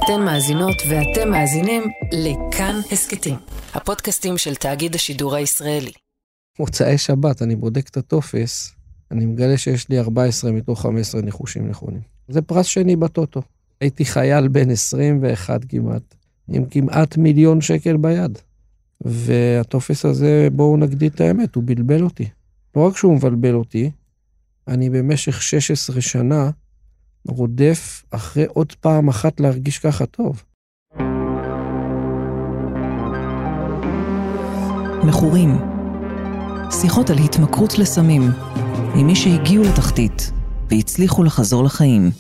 אתן מאזינות ואתם מאזינים לכאן הסקטים, הפודקאסטים של תאגיד השידור הישראלי. מוצאי שבת, אני בודק את הטופס, אני מגלה שיש לי 14 מתוך 15 ניחושים נכונים. זה פרס שני בטוטו. הייתי חייל בן 21 כמעט, עם כמעט מיליון שקל ביד. והטופס הזה, בואו נגדיל את האמת, הוא בלבל אותי. לא רק שהוא מבלבל אותי, אני במשך 16 שנה רודף אחרי עוד פעם אחת להרגיש ככה טוב. מכורים. שיחות על התמכרות לסמים, ממי שהגיעו לתחתית והצליחו לחזור לחיים.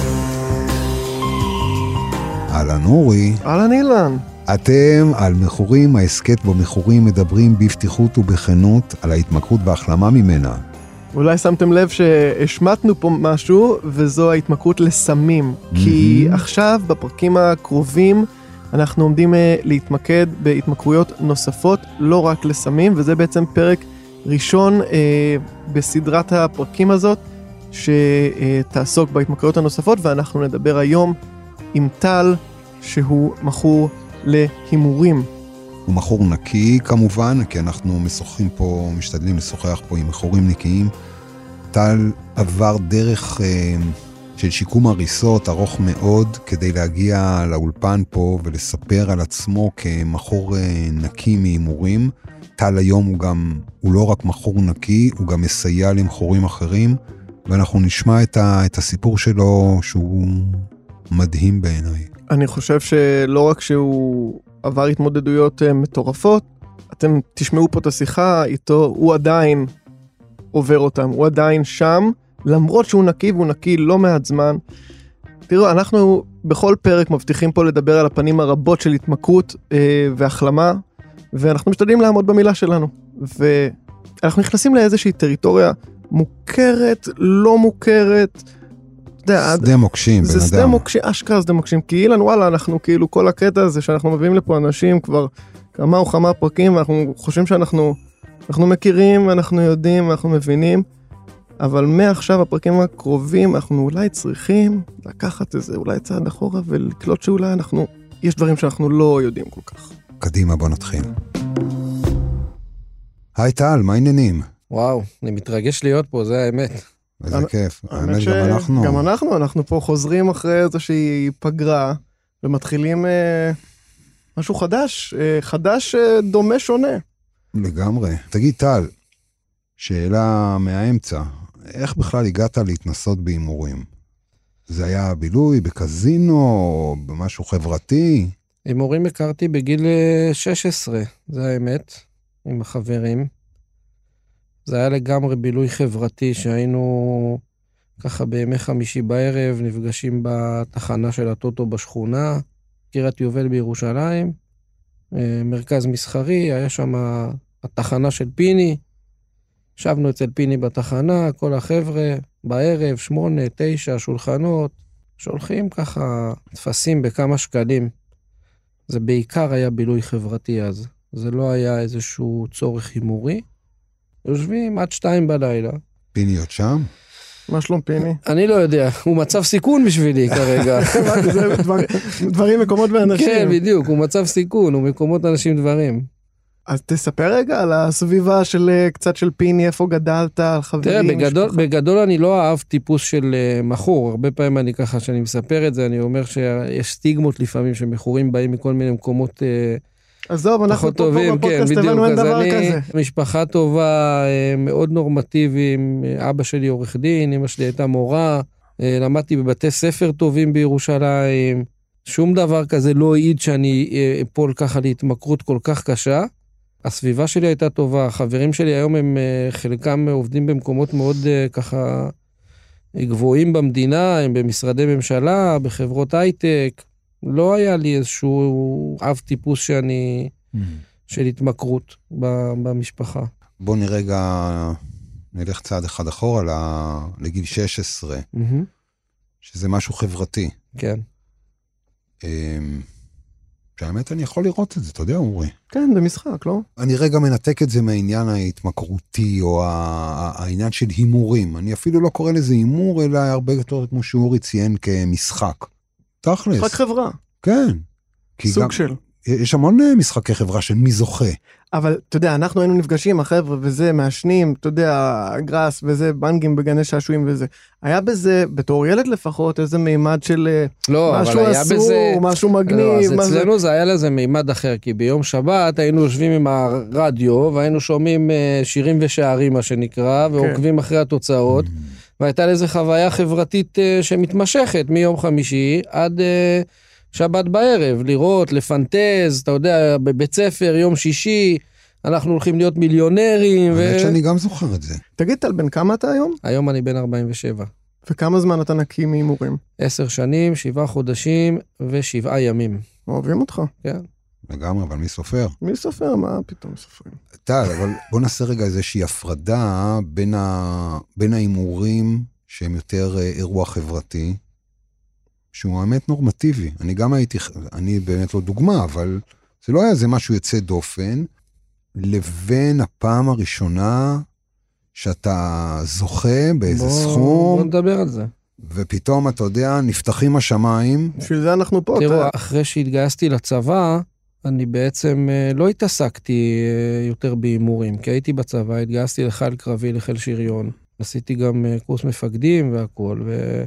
אהלן אורי. אהלן אילן. אתם על מכורים, ההסקט בו מכורים מדברים בפתיחות ובכנות על ההתמכרות וההחלמה ממנה. אולי שמתם לב שהשמטנו פה משהו, וזו ההתמכרות לסמים. כי עכשיו, בפרקים הקרובים, אנחנו עומדים להתמקד בהתמכרויות נוספות, לא רק לסמים, וזה בעצם פרק ראשון בסדרת הפרקים הזאת, שתעסוק בהתמכרויות הנוספות, ואנחנו נדבר היום עם טל, שהוא מכור להימורים. הוא מכור נקי כמובן, כי אנחנו משתדלים לשוחח פה עם מכורים נקיים. טל עבר דרך של שיקום הריסות ארוך מאוד, כדי להגיע לאולפן פה ולספר על עצמו כמכור נקי מהימורים. טל היום הוא לא רק מכור נקי, הוא גם מסייע למכורים אחרים, ואנחנו נשמע את הסיפור שלו שהוא מדהים בעיניי. אני חושב שלא רק שהוא עבר התמודדויות מטורפות, אתם תשמעו פה את השיחה איתו, הוא עדיין עובר אותם, הוא עדיין שם, למרות שהוא נקי, והוא נקי לא מעט זמן. תראו, אנחנו בכל פרק מבטיחים פה לדבר על הפנים הרבות של התמכרות והחלמה, ואנחנו משתדלים לעמוד במילה שלנו, ואנחנו נכנסים לאיזושהי טריטוריה מוכרת, לא מוכרת, שדה מוקשים, זה שדה מוקשים, אשכרה שדה מוקשים, כי אילן, וואלה, אנחנו כאילו כל הקטע הזה שאנחנו מביאים לפה אנשים כבר כמה או כמה פרקים, ואנחנו חושבים שאנחנו מכירים, אנחנו יודעים, אנחנו מבינים, אבל מעכשיו הפרקים הקרובים, אנחנו אולי צריכים לקחת איזה אולי צעד אחורה, ולקלוט שאולי יש דברים שאנחנו לא יודעים כל כך. קדימה, בוא נתחיל. היי טל, מה העניינים? וואו, אני מתרגש להיות פה, זה האמת. איזה כיף. האמת גם אנחנו. גם אנחנו פה חוזרים אחרי איזושהי פגרה, ומתחילים משהו חדש דומה שונה. לגמרי. תגיד טל, שאלה מהאמצע, איך בכלל הגעת להתנסות בהימורים? זה היה בילוי, בקזינו, או במשהו חברתי? הימורים הכרתי בגיל 16, זה האמת, עם החברים. זה היה לגמרי בילוי חברתי שהיינו ככה בימי חמישי בערב, נפגשים בתחנה של הטוטו בשכונה, קריית יובל בירושלים, מרכז מסחרי, היה שם התחנה של פיני, ישבנו אצל פיני בתחנה, כל החבר'ה, בערב, 8, 9, שולחנות, שולחים ככה תפסים בכמה שקלים. זה בעיקר היה בילוי חברתי אז, זה לא היה איזשהו צורך הימורי. יושבים עד 2 בלילה. פיני עוד שם? מה שלום פיני? אני לא יודע, הוא מצב סיכון בשבילי כרגע. דברים, מקומות ואנשים. כן, בדיוק, הוא מצב סיכון, הוא מקומות אנשים דברים. אז תספר רגע על הסביבה של קצת של פיני, איפה גדלת, על חברים. תראה, בגדול אני לא אהב טיפוס של מכור, הרבה פעמים אני ככה, שאני מספר את זה, אני אומר שיש סטיגמות לפעמים, שמכורים באים מכל מיני מקומות עזוב, אנחנו פה בפודקאסט הבנו אין דבר כזה. משפחה טובה, מאוד נורמטיביים, אבא שלי עורך דין, אמא שלי הייתה מורה, למדתי בבתי ספר טובים בירושלים, שום דבר כזה לא העיד שאני אפול ככה להתמכרות כל כך קשה. הסביבה שלי הייתה טובה, החברים שלי היום הם חלקם עובדים במקומות מאוד ככה גבוהים במדינה, הם במשרדי ממשלה, בחברות הייטק, לא היה לי איזשהו אב טיפוס של התמכרות במשפחה. בוא נלך צעד אחד אחורה לגיל 16, שזה משהו חברתי. כן. שהאמת אני יכול לראות את זה, אתה יודע אורי? כן, במשחק, לא? אני רגע מנתק את זה מהעניין ההתמכרותי, או העניין של הימורים. אני אפילו לא קורא לזה הימור, אלא הרבה יותר כמו שאורי ציין כמשחק. תכלס. משחק חברה. כן. סוג של. יש המון משחקי חברה של מי זוכה. אבל אתה יודע, אנחנו היינו נפגשים עם החבר'ה וזה, מעשנים, אתה יודע, גרס וזה, בנגים בגני שעשועים וזה. היה בזה, בתור ילד לפחות, איזה מימד של משהו אסור, משהו מגניב. אז אצלנו זה היה לזה מימד אחר, כי ביום שבת היינו יושבים עם הרדיו, והיינו שומעים שירים ושערים, מה שנקרא, ועוקבים אחרי התוצאות, והייתה לזה חוויה חברתית שמתמשכת מיום חמישי עד שבת בערב, לראות, לפנטז, אתה יודע, בבית ספר, יום שישי, אנחנו הולכים להיות מיליונרים. האמת שאני גם זוכר את זה. תגיד, טל, בן כמה אתה היום? היום אני בן 47. וכמה זמן אתה נקי מהימורים? 10 שנים, 7 חודשים ו7 ימים. אוהבים אותך. כן. לגמרי, אבל מי סופר? מי סופר? מה פתאום סופרים? טל, אבל בוא נעשה רגע איזושהי הפרדה בין ההימורים שהם יותר אירוע חברתי, שהוא האמת נורמטיבי. אני באמת לא דוגמה, אבל זה לא היה זה משהו יוצא דופן, לבין הפעם הראשונה שאתה זוכה באיזה סכום. בוא נדבר על זה. ופתאום, אתה יודע, נפתחים השמיים. בשביל זה אנחנו פה. תראו, אחרי שהתגייסתי לצבא, אני בעצם לא התעסקתי יותר בהימורים, כי הייתי בצבא, התגייסתי לחיל קרבי, לחיל שריון. עשיתי גם קורס מפקדים והכל,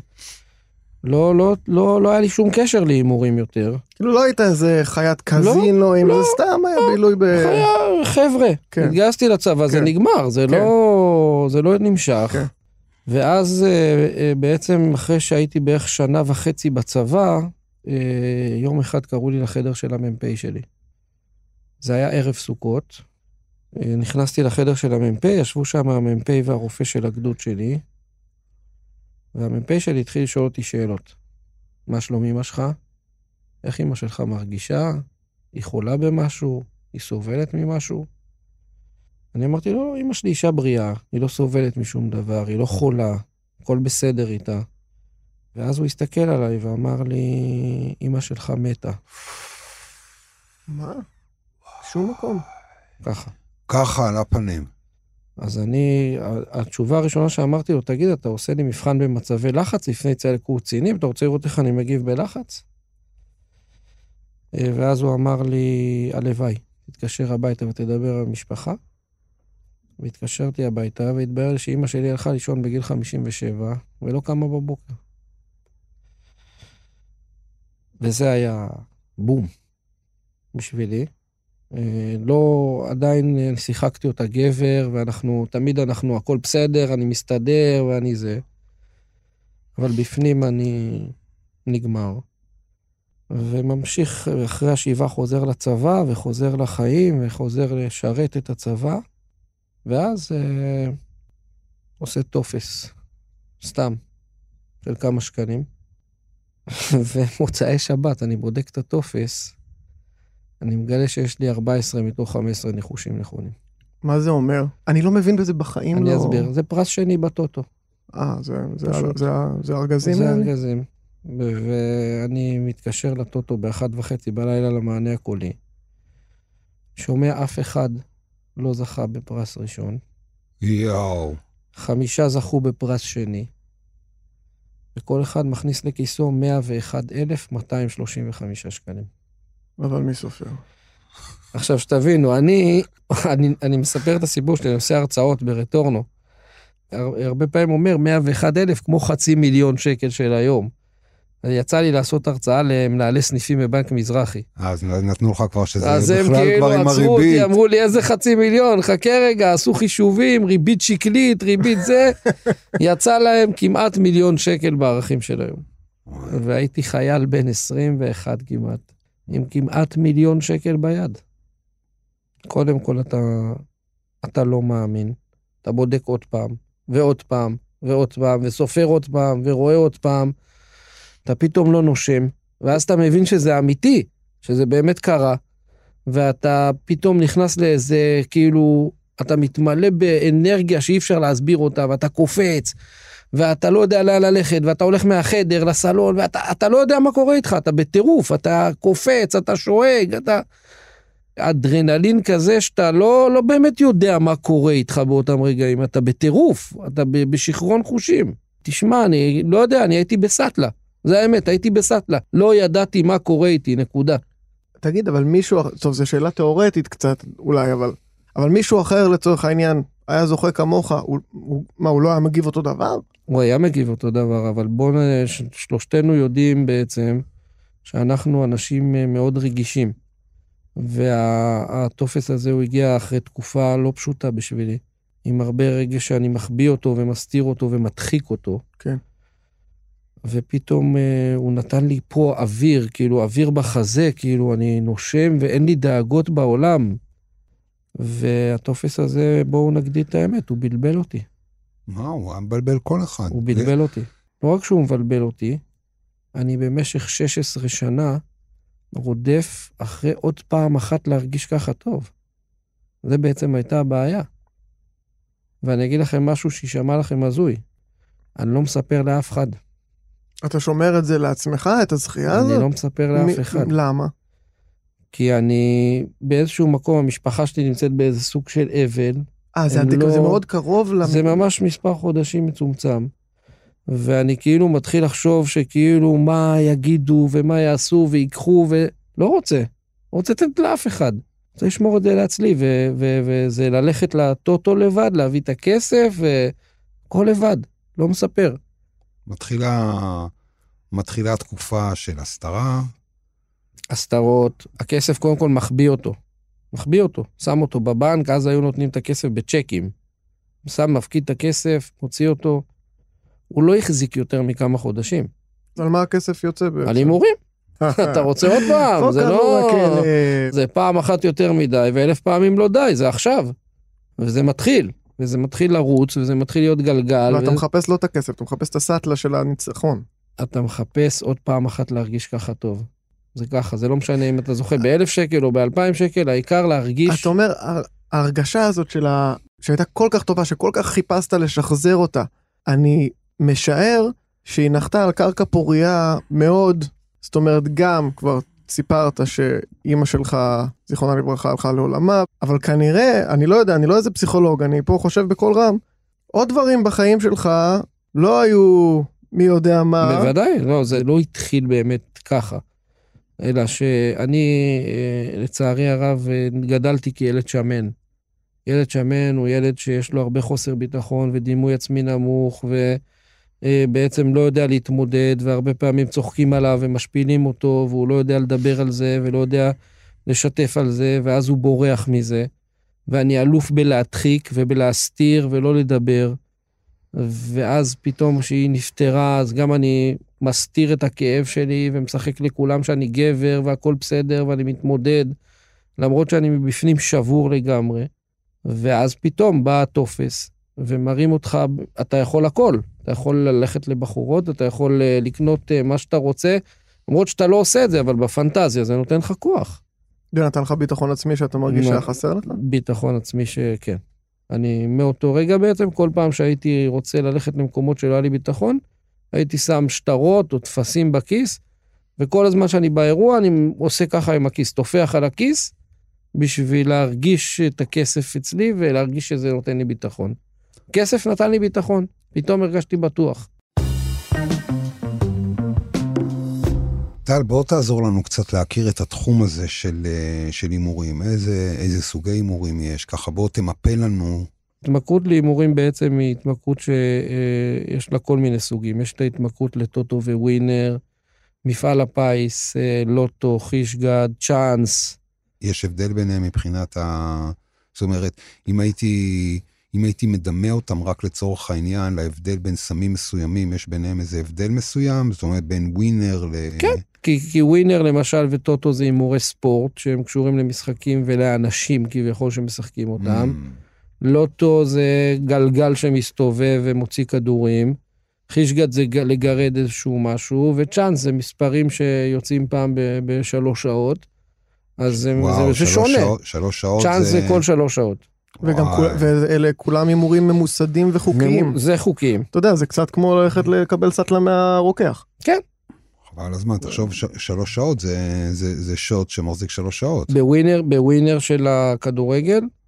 לא היה לי שום קשר להימורים יותר. כאילו לא היית איזה חיית קזינו, אם זה סתם היה בילוי חיה, חבר'ה, התגייסתי לצבא, זה נגמר, זה לא נמשך. ואז בעצם אחרי שהייתי בערך 1.5 שנה בצבא, יום אחד קראו לי לחדר של המ"פ שלי. זה היה ערב סוכות, נכנסתי לחדר של המ"פ, ישבו שם המ"פ והרופא של הגדוד שלי, והמ"פ שלי התחיל לשאול אותי שאלות. מה שלום אמא שלך? איך אמא שלך מרגישה? היא חולה במשהו? היא סובלת ממשהו? אני אמרתי לו, אמא שלי אישה בריאה, היא לא סובלת משום דבר, היא לא חולה, הכל בסדר איתה. ואז הוא הסתכל עליי ואמר לי, אמא שלך מתה. מה? שום מקום. ככה על הפנים. אז התשובה הראשונה שאמרתי לו, תגיד, אתה עושה לי מבחן במצבי לחץ לפני יציאה לקורס קצינים, אתה רוצה לראות איך אני מגיב בלחץ? ואז הוא אמר לי, הלוואי, תתקשר הביתה ותדבר על משפחה. והתקשרתי הביתה, והתברר לי שאמא שלי הלכה לישון בגיל 57, ולא קמה בבוקר. וזה היה בום בשבילי. לא, עדיין שיחקתי אותה גבר, תמיד אנחנו, הכל בסדר, אני מסתדר ואני זה. אבל בפנים אני נגמר. וממשיך אחרי השבעה חוזר לצבא, וחוזר לחיים, וחוזר לשרת את הצבא. ואז עושה טופס, סתם, של כמה שקלים. ומוצאי שבת, אני בודק את הטופס, אני מגלה שיש לי 14 מתוך 15 ניחושים נכונים. מה זה אומר? אני לא מבין בזה בחיים. אני אסביר, זה פרס שני בטוטו. זה ארגזים? זה ארגזים. ואני מתקשר לטוטו ב1:30 בלילה למענה הקולי. שומע אף אחד לא זכה בפרס ראשון. 5 זכו בפרס שני. וכל אחד מכניס לכיסו 101,235 שקלים. אבל מי סופר? עכשיו שתבינו, אני מספר את הסיפור שלי, אני עושה הרצאות ברטורנו. הרבה פעמים אומר 101,000 כמו 500,000 שקל של היום. יצא לי לעשות הרצאה למנהלי סניפים בבנק מזרחי. אז נתנו לך כבר שזה בכלל כבר עם הריבית. אז הם כאילו עצרו אותי, אמרו לי איזה 500,000, חכה רגע, עשו חישובים, ריבית שקלית, ריבית זה, יצא להם כמעט 1,000,000 שקל בערכים של היום. והייתי חייל בן 21 כמעט, עם כמעט 1,000,000 שקל ביד. קודם כל אתה לא מאמין, אתה בודק עוד פעם, ועוד פעם, ועוד פעם, וסופר עוד פעם, ורואה עוד פעם, אתה פתאום לא נושם, ואז אתה מבין שזה אמיתי, שזה באמת קרה, ואתה פתאום נכנס לאיזה, כאילו, אתה מתמלא באנרגיה שאי אפשר להסביר אותה, ואתה קופץ, ואתה לא יודע לאן ללכת, ואתה הולך מהחדר לסלון, ואתה לא יודע מה קורה איתך, אתה בטירוף, אתה קופץ, אתה שואג, אתה אדרנלין כזה שאתה לא באמת יודע מה קורה איתך באותם רגעים, אתה בטירוף, אתה בשחרון חושים. תשמע, אני לא יודע, אני הייתי בסטלה. זה האמת, הייתי בסטלה. לא ידעתי מה קורה איתי, נקודה. תגיד, אבל מישהו, טוב, זו שאלה תיאורטית קצת, אולי, אבל מישהו אחר לצורך העניין, היה זוכה כמוך, הוא לא היה מגיב אותו דבר? הוא היה מגיב אותו דבר, אבל בואו, שלושתנו יודעים בעצם, שאנחנו אנשים מאוד רגישים. והתופס הזה הוא הגיע אחרי תקופה לא פשוטה בשבילי. עם הרבה רגש שאני מחביא אותו ומסתיר אותו ומדחיק אותו. כן. ופתאום הוא נתן לי פה אוויר, כאילו אוויר בחזה, כאילו אני נושם ואין לי דאגות בעולם. והתופס הזה, בואו נגדיל את האמת, הוא בלבל אותי. מה, הוא מבלבל כל אחד. הוא בלבל אותי. לא רק שהוא מבלבל אותי, אני במשך 16 שנה רודף אחרי עוד פעם אחת להרגיש ככה טוב. זה בעצם הייתה הבעיה. ואני אגיד לכם משהו שישמע לכם הזוי. אני לא מספר לאף אחד. אתה שומר את זה לעצמך, את הזכייה הזאת? אני לא מספר לאף אחד. למה? כי אני, באיזשהו מקום, המשפחה שלי נמצאת באיזה סוג של אבל. זה מאוד קרוב. זה ממש מספר חודשים מצומצם. ואני כאילו מתחיל לחשוב שכאילו מה יגידו ומה יעשו ויקחו ולא רוצה. לא רוצה לתת לאף אחד. רוצה לשמור את זה לעצמי, וזה ללכת לטוטו לבד, להביא את הכסף, וכל לבד, לא מספר. מתחילה תקופה של הסתרה. הסתרות, הכסף קודם כל מחביא אותו, שם אותו בבנק, אז היו נותנים את הכסף בצ'קים. מפקיד את הכסף, מוציא אותו, הוא לא החזיק יותר מכמה חודשים. על מה הכסף יוצא בעצם? על הימורים. אתה רוצה עוד פעם, זה לא... זה פעם אחת יותר מדי, ו1000 פעמים לא די, זה עכשיו. וזה מתחיל לרוץ, וזה מתחיל להיות גלגל. ואתה מחפש לא את הכסף, אתה מחפש את הסטלה של הניצחון. אתה מחפש עוד פעם אחת להרגיש ככה טוב. זה ככה, זה לא משנה אם אתה זוכה ב1,000 שקל או ב2,000 שקל, העיקר להרגיש... אתה אומר, ההרגשה הזאת שהייתה כל כך טובה, שכל כך חיפשת לשחזר אותה, אני משער שהיא נחתה על קרקע פוריה מאוד, זאת אומרת, גם כבר סיפרת שאימא שלך, זיכרונה לברכה, הלכה לעולמה, אבל כנראה, אני לא יודע, אני לא איזה פסיכולוג, אני פה חושב בכל רם, עוד דברים בחיים שלך לא היו מי יודע מה. בוודאי, לא, זה לא התחיל באמת ככה, אלא שאני, לצערי הרב, גדלתי כילד שמן. ילד שמן הוא ילד שיש לו הרבה חוסר ביטחון ודימוי עצמי נמוך, ובעצם לא יודע להתמודד, והרבה פעמים צוחקים עליו ומשפילים אותו, והוא לא יודע לדבר על זה, ולא יודע לשתף על זה, ואז הוא בורח מזה. ואני אלוף בלהדחיק ובלהסתיר ולא לדבר. ואז פתאום שהיא נפטרה, אז גם אני מסתיר את הכאב שלי, ומשחק לכולם שאני גבר, והכל בסדר, ואני מתמודד, למרות שאני מבפנים שבור לגמרי. ואז פתאום בא התופס, ומראים אותך, אתה יכול הכל. אתה יכול ללכת לבחורות, אתה יכול לקנות מה שאתה רוצה, למרות שאתה לא עושה את זה, אבל בפנטזיה זה נותן לך כוח. זה נתן לך ביטחון עצמי שאתה מרגיש שהיה חסר לך? ביטחון עצמי שכן. אני מאותו רגע בעצם, כל פעם שהייתי רוצה ללכת למקומות שלא היה לי ביטחון, הייתי שם שטרות או תפסים בכיס, וכל הזמן שאני באירוע, אני עושה ככה עם הכיס, תופח על הכיס, בשביל להרגיש את הכסף אצלי, ולהרגיש שזה נותן לי ביטחון. כסף נתן לי ביטחון, פתאום הרגשתי בטוח. טל, בוא תעזור לנו קצת להכיר את התחום הזה של הימורים. איזה סוגי הימורים יש? ככה בוא תמפה לנו. התמכרות להימורים בעצם היא התמכרות שיש לה כל מיני סוגים. יש את ההתמכרות לטוטו וווינר, מפעל הפיס, לוטו, חישגד, צ'אנס. יש הבדל ביניהם מבחינת זאת אומרת, אם הייתי מדמה אותם רק לצורך העניין, להבדל בין סמים מסוימים, יש ביניהם איזה הבדל מסוים? זאת אומרת, בין ווינר כן, כי ווינר למשל וטוטו זה הימורי ספורט, שהם קשורים למשחקים ולאנשים כביכול שמשחקים אותם. לוטו זה גלגל שמסתובב ומוציא כדורים. חישגד זה לגרד איזשהו משהו, וצ'אנס זה מספרים שיוצאים פעם ב3 שעות. אז זה שונה. 3 שעות צ'אנס זה כל 3 שעות. ואלה כולם הימורים ממוסדים וחוקיים. זה חוקיים. אתה יודע, זה קצת כמו ללכת לקבל סטלה מהרוקח. כן. חבל הזמן, תחשוב 3 שעות זה שוט שמחזיק 3 שעות. בווינר של הכדורגל,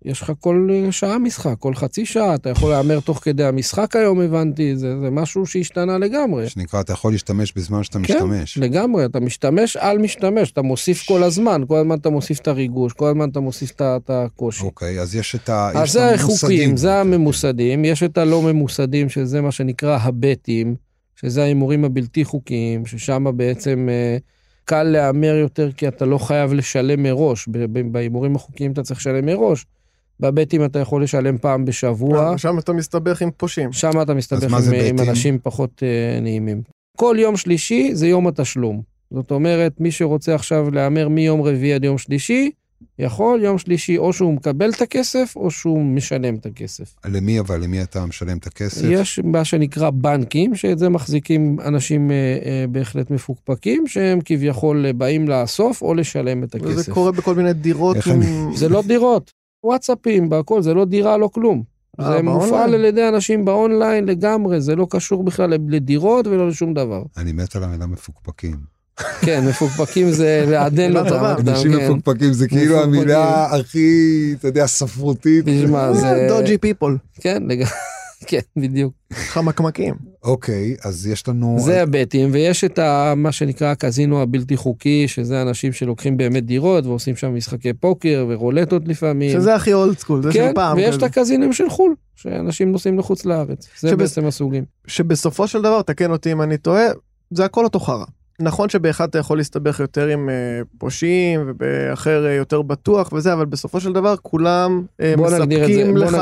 יש לך כל שעה משחק, כל חצי שעה, אתה יכול להאמר תוך כדי המשחק היום, הבנתי, זה משהו שהשתנה לגמרי. שנקרא, אתה יכול להשתמש בזמן שאתה משתמש. כן, לגמרי, אתה משתמש על משתמש, אתה מוסיף כל הזמן אתה מוסיף את הריגוש, כל הזמן אתה מוסיף את הקושי. אוקיי, אז יש את הממוסדים. אז זה החוקים, זה הממוסדים, יש את הלא ממוסדים, שזה מה שנקרא הבטים, שזה ההימורים הבלתי חוקיים, ששם בעצם קל להאמר יותר, כי אתה לא חייב לשלם מראש, בהימורים החוקיים אתה צריך לשלם מראש, בבטים אתה יכול לשלם פעם בשבוע. שם אתה מסתבך עם פושעים. שם אתה מסתבך עם אנשים פחות נעימים. כל יום שלישי זה יום התשלום. זאת אומרת, מי שרוצה עכשיו להאמר מיום רביעי עד יום שלישי, יכול יום שלישי או שהוא מקבל את הכסף, או שהוא משלם את הכסף. למי אבל? למי אתה משלם את הכסף? יש מה שנקרא בנקים, שאת זה מחזיקים אנשים בהחלט מפוקפקים, שהם כביכול באים לאסוף או לשלם את הכסף. וזה קורה בכל מיני דירות. זה לא דירות. וואטסאפים, בהכל, זה לא דירה, לא כלום. זה מופעל על ידי אנשים באונליין לגמרי, זה לא קשור בכלל לדירות ולא לשום דבר. אני מת על המילה מפוקפקים. כן, מפוקפקים זה לעדן אותם. אנשים מפוקפקים זה כאילו המילה הכי, אתה יודע, ספרותית. דוג'י פיפול. כן, כן, בדיוק. חמקמקים. אוקיי, אז יש לנו... זה הבטים, ויש את מה שנקרא הקזינו הבלתי חוקי, שזה אנשים שלוקחים באמת דירות, ועושים שם משחקי פוקר ורולטות לפעמים. שזה הכי אולד סקול, זה של פעם. ויש את הקזינים של חול, שאנשים נוסעים לחוץ לארץ. זה בעצם הסוגים. שבסופו של דבר, תקן אותי אם אני טועה, זה הכל אותו חרה. נכון שבאחד אתה יכול להסתבך יותר עם פושעים, ובאחר יותר בטוח וזה, אבל בסופו של דבר כולם מספקים לך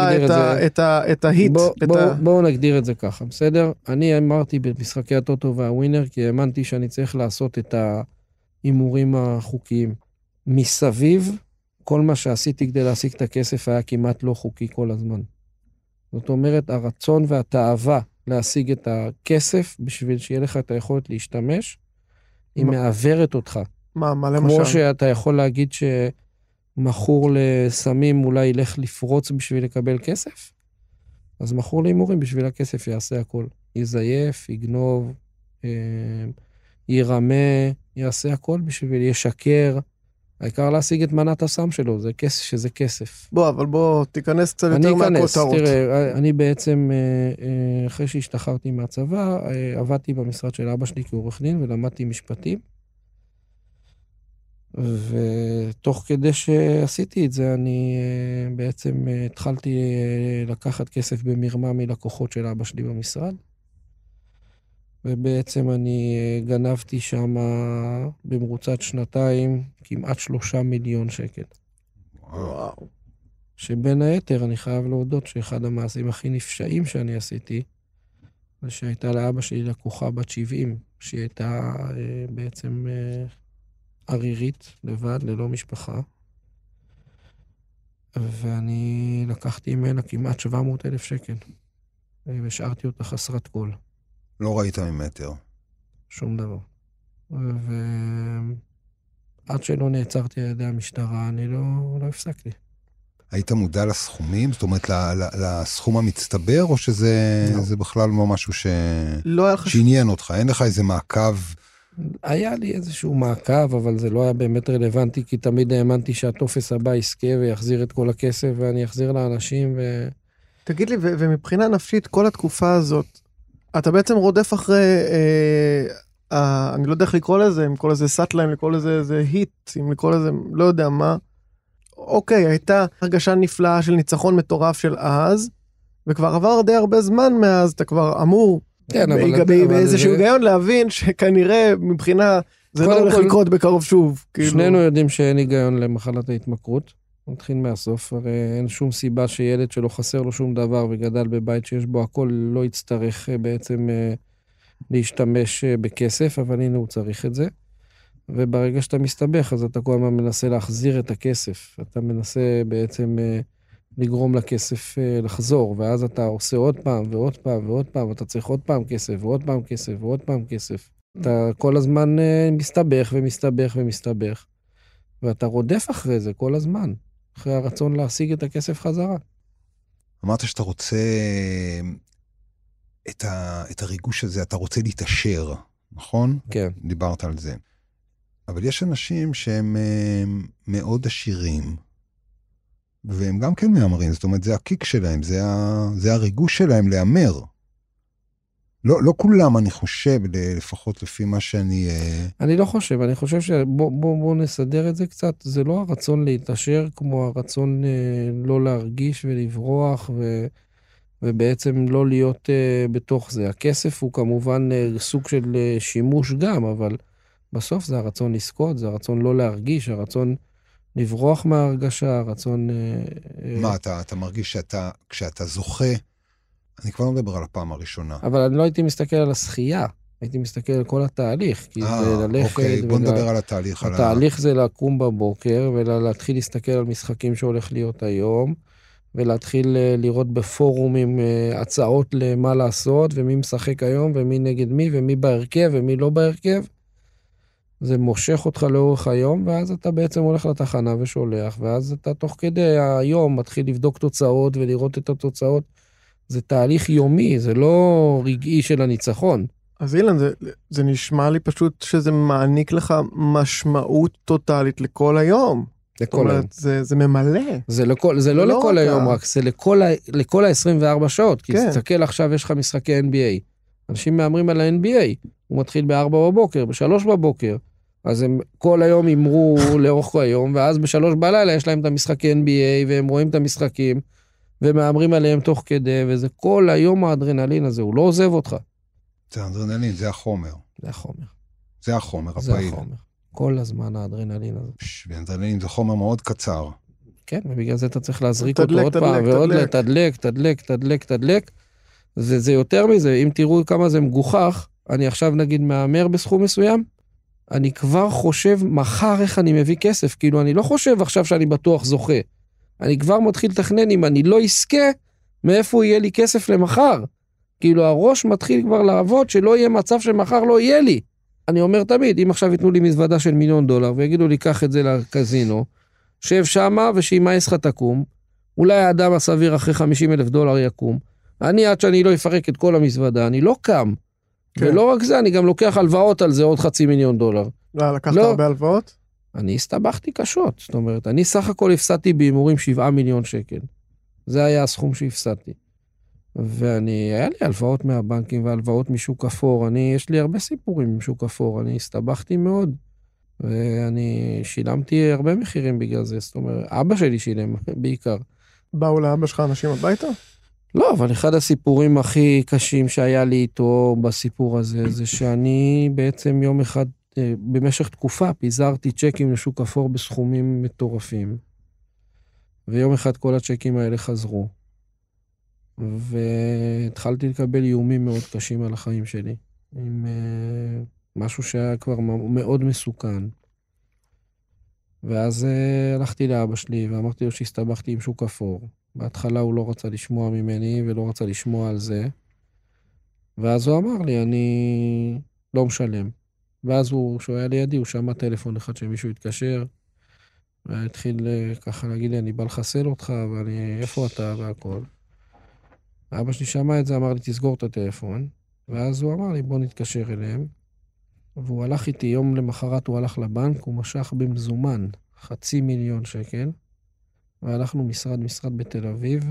את ההיט. בואו נגדיר את זה ככה, בסדר? אני אמרתי במשחקי הטוטו והווינר, כי האמנתי שאני צריך לעשות את ההימורים החוקיים. מסביב, כל מה שעשיתי כדי להשיג את הכסף היה כמעט לא חוקי כל הזמן. זאת אומרת, הרצון והתאווה להשיג את הכסף, בשביל שיהיה לך את היכולת להשתמש, היא מעברת אותך. מה למשל? כמו שאתה יכול להגיד שמחור לסמים אולי ילך לפרוץ בשביל לקבל כסף, אז מחור להימורים בשביל הכסף יעשה הכל. יזייף, יגנוב, ירמה, יעשה הכל בשביל ישקר. העיקר להשיג את מנת הסם שלו, זה כסף, שזה כסף. אבל בוא תיכנס קצת יותר מהכותרות. תראה, אני בעצם, אחרי שהשתחררתי מהצבא, עבדתי במשרד של אבא שלי כעורך דין, ולמדתי משפטים. ותוך כדי שעשיתי את זה, אני בעצם התחלתי לקחת כסף במרמה מלקוחות של אבא שלי במשרד. ובעצם אני גנבתי שם במרוצת שנתיים כמעט 3 מיליון שקל. וואו. שבין היתר אני חייב להודות שאחד המעשים הכי נפשעים שאני עשיתי, זה שהייתה לאבא שלי לקוחה בת 70, שהיא הייתה בעצם ערירית, לבד, ללא משפחה. ואני לקחתי ממנה כמעט 700,000 שקל, והשארתי אותה חסרת כל. לא ראית ממטר. שום דבר. ועד שלא נעצרתי על ידי המשטרה, אני לא הפסקתי. היית מודע לסכומים? זאת אומרת, לסכום המצטבר, או שזה בכלל לא משהו שעניין אותך? אין לך איזה מעקב? היה לי איזשהו מעקב, אבל זה לא היה באמת רלוונטי, כי תמיד האמנתי שהטופס הבא יזכה ויחזיר את כל הכסף, ואני אחזיר לאנשים. תגיד לי, ומבחינה נפשית, כל התקופה הזאת, אתה בעצם רודף אחרי, אני לא יודע איך לקרוא לזה, אם לקרוא לזה סאטלה, אם לקרוא לזה איזה היט, אם לקרוא לזה, לא יודע מה. אוקיי, הייתה הרגשה נפלאה של ניצחון מטורף של אז, וכבר עבר די הרבה זמן מאז, אתה כבר אמור, באיזשהו היגיון להבין שכנראה מבחינה, זה לא הולך לקרות בקרוב שוב. שנינו יודעים שאין היגיון למחלת ההתמכרות. נתחיל מהסוף, הרי אין שום סיבה שילד שלא חסר לו שום דבר וגדל בבית שיש בו הכל, לא יצטרך בעצם להשתמש בכסף, אבל הנה הוא צריך את זה. וברגע שאתה מסתבך, אז אתה כל הזמן מנסה להחזיר את הכסף. אתה מנסה בעצם לגרום לכסף לחזור, ואז אתה עושה עוד פעם ועוד פעם ועוד פעם, ואתה צריך עוד פעם כסף ועוד פעם כסף ועוד פעם כסף. אתה כל הזמן מסתבך ומסתבך ומסתבך, ואתה רודף אחרי זה כל הזמן. אחרי הרצון להשיג את הכסף חזרה. אמרת שאתה רוצה את הריגוש הזה, אתה רוצה להתעשר, נכון? כן. דיברת על זה. אבל יש אנשים שהם מאוד עשירים, והם גם כן מאמרים, זאת אומרת, זה הקיק שלהם, זה הריגוש שלהם לאמר. לא כולם, אני חושב, לפחות לפי מה שאני... אני לא חושב, אני חושב שבוא נסדר את זה קצת, זה לא הרצון להתעשר, כמו הרצון לא להרגיש ולברוח, ובעצם לא להיות בתוך זה. הכסף הוא כמובן סוג של שימוש גם, אבל בסוף זה הרצון לזכות, זה הרצון לא להרגיש, הרצון לברוח מההרגשה, הרצון... מה, אתה מרגיש כשאתה זוכה, אני כבר לא מדבר על הפעם הראשונה. אבל אני לא הייתי מסתכל על השחייה, הייתי מסתכל על כל התהליך, כי זה ללכת... אוקיי, בוא נדבר על התהליך. התהליך זה לקום בבוקר, ולהתחיל להסתכל על משחקים שהולך להיות היום, ולהתחיל לראות בפורומים הצעות למה לעשות, ומי משחק היום, ומי נגד מי, ומי בהרכב, ומי לא בהרכב. זה מושך אותך לאורך היום, ואז אתה בעצם הולך לתחנה ושולח, ואז אתה תוך כדי היום מתחיל לבדוק תוצאות ולראות את התוצאות. זה תהליך יומי, זה לא רגעי של הניצחון. אז אילן, זה נשמע לי פשוט שזה מעניק לך משמעות טוטלית לכל היום. לכל היום. זה ממלא. זה לא לכל היום רק, זה לכל ה-24 שעות. כי תסתכל עכשיו, יש לך משחקי NBA. אנשים מאמרים על ה-NBA. הוא מתחיל ב-4 בבוקר, ב-3 בבוקר. אז הם כל היום אמרו לאורך היום, ואז ב-3 בלילה יש להם את המשחקי NBA, והם רואים את המשחקים, ומאמרים עליהם תוך כדי, וזה כל היום האדרנלין הזה, הוא לא עוזב אותך. זה האדרנלין, זה החומר. זה החומר. זה החומר, הפעיל. זה החומר. כל הזמן האדרנלין הזה. ואדרנלין זה חומר מאוד קצר. כן, ובגלל זה אתה צריך להזריק אותו עוד פעם, ועוד תדלק. זה יותר מזה, אם תראו כמה זה מגוחך, אני עכשיו נגיד מאמר בסכום מסוים, אני כבר חושב מחר איך אני מביא כסף, כאילו אני לא חושב עכשיו שאני בטוח זוכה. אני כבר מתחיל לתכנן, אם אני לא עסקה, מאיפה יהיה לי כסף למחר. כאילו הראש מתחיל כבר לעבוד, שלא יהיה מצב שמחר לא יהיה לי. אני אומר תמיד, אם עכשיו ייתנו לי מזוודה של $1,000,000, ויגידו לי, קח את זה לקזינו, שב שמה ושאימה ישך תקום, אולי האדם הסביר אחרי $50,000 יקום, אני עד שאני לא אפרק את כל המזוודה, אני לא קם. כן. ולא רק זה, אני גם לוקח הלוואות על זה עוד $500,000. לקחת הרבה הלוואות? אני הסתבכתי קשות, זאת אומרת, אני סך הכל הפסדתי בהימורים 7 מיליון שקל. זה היה הסכום שהפסדתי. היה לי הלוואות מהבנקים והלוואות משוק אפור, יש לי הרבה סיפורים עם שוק אפור, אני הסתבכתי מאוד, ואני שילמתי הרבה מחירים בגלל זה, זאת אומרת, אבא שלי שילם בעיקר. באו לאבא שלך אנשים הביתה? לא, אבל אחד הסיפורים הכי קשים שהיה לי איתו בסיפור הזה, זה שאני בעצם יום אחד, במשך תקופה, פיזרתי צ'קים לשוק אפור בסכומים מטורפים, ויום אחד כל הצ'קים האלה חזרו, והתחלתי לקבל איומים מאוד קשים על החיים שלי, עם משהו שהיה כבר מאוד מסוכן. ואז הלכתי לאבא שלי ואמרתי לו שהסתבכתי עם שוק אפור. בהתחלה הוא לא רצה לשמוע ממני ולא רצה לשמוע על זה. ואז הוא אמר לי, אני לא משלם. ואז שהוא היה לידי, הוא שמע טלפון אחד שמישהו התקשר, והתחיל ככה להגיד לי, אני בא לחסל אותך, איפה אתה והכל. אבא שלי שמע את זה, אמר לי, תסגור את הטלפון. ואז הוא אמר לי, בוא נתקשר אליהם. והוא הלך איתי, יום למחרת הוא הלך לבנק, הוא משך במזומן $500,000 שקל, והלכנו משרד בתל אביב,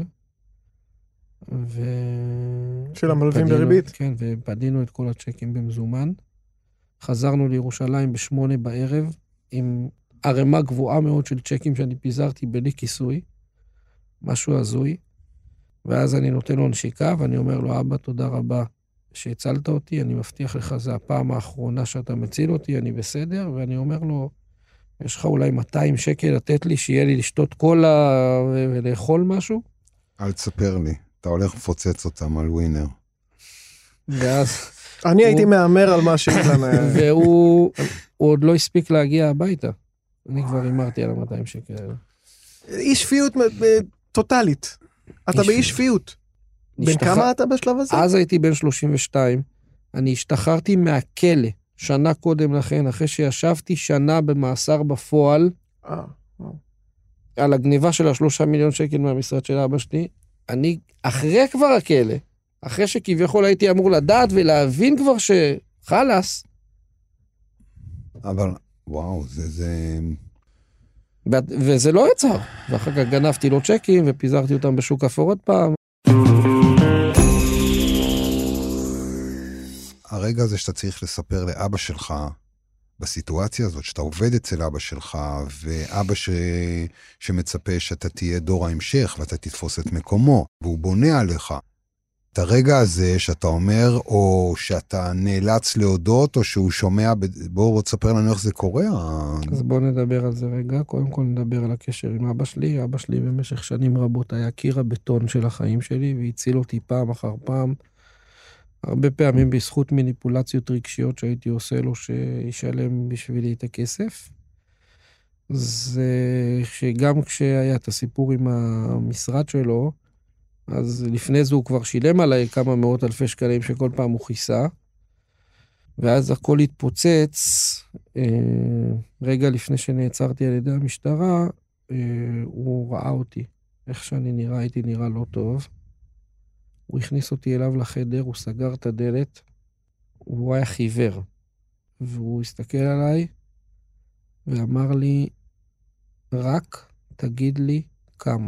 של המלווים בריבית? כן, ופדינו את כל הצ'קים במזומן. חזרנו לירושלים ב8 בערב, עם ערימה גבוהה מאוד של צ'קים שאני פיזרתי בלי כיסוי, משהו הזוי, ואז אני נותן לו נשיקה, ואני אומר לו, אבא, תודה רבה שהצלת אותי, אני מבטיח לך, זה הפעם האחרונה שאתה מציל אותי, אני בסדר, ואני אומר לו, יש לך אולי 200 שקל לתת לי, שיהיה לי לשתות קולה ולאכול משהו? אל תספר לי, אתה הולך לפוצץ אותם על ווינר. ואז... אני הייתי מאמר על מה שאילן... והוא עוד לא הספיק להגיע הביתה. אני כבר אמרתי על 200 שקל. אי שפיות טוטלית. אתה באי שפיות. בין כמה אתה בשלב הזה? אז הייתי בן 32. אני השתחררתי מהכלא שנה קודם לכן, אחרי שישבתי שנה במאסר בפועל, על הגניבה של 3 מיליון שקל מהמשרד של אבא שלי. אני, אחרי כבר הכלא, אחרי שכביכול הייתי אמור לדעת ולהבין כבר שחלס. אבל, וואו, וזה לא יצר. ואחר כך גנבתי לו צ'קים ופיזרתי אותם בשוק אפור עוד פעם. הרגע הזה שאתה צריך לספר לאבא שלך, בסיטואציה הזאת, שאתה עובד אצל אבא שלך, ואבא שמצפה שאתה תהיה דור ההמשך, ואתה תתפוס את מקומו, והוא בונה עליך. את הרגע הזה שאתה אומר, או שאתה נאלץ להודות, או שהוא שומע, בואו תספר לנו איך זה קורה. אז בואו נדבר על זה רגע. קודם כל נדבר על הקשר עם אבא שלי. אבא שלי במשך שנים רבות היה קיר הבטון של החיים שלי, והציל אותי פעם אחר פעם. הרבה פעמים בזכות מניפולציות רגשיות שהייתי עושה לו שישלם בשבילי את הכסף. זה שגם כשהיה את הסיפור עם המשרד שלו, אז לפני זה הוא כבר שילם עליי כמה מאות אלפי שקלים שכל פעם הוא חיסה, ואז הכל התפוצץ. רגע לפני שנעצרתי על ידי המשטרה, הוא ראה אותי. איך שאני נראה, הייתי נראה לא טוב. הוא הכניס אותי אליו לחדר, הוא סגר את הדלת, הוא היה חיוור, והוא הסתכל עליי ואמר לי, רק תגיד לי כמה.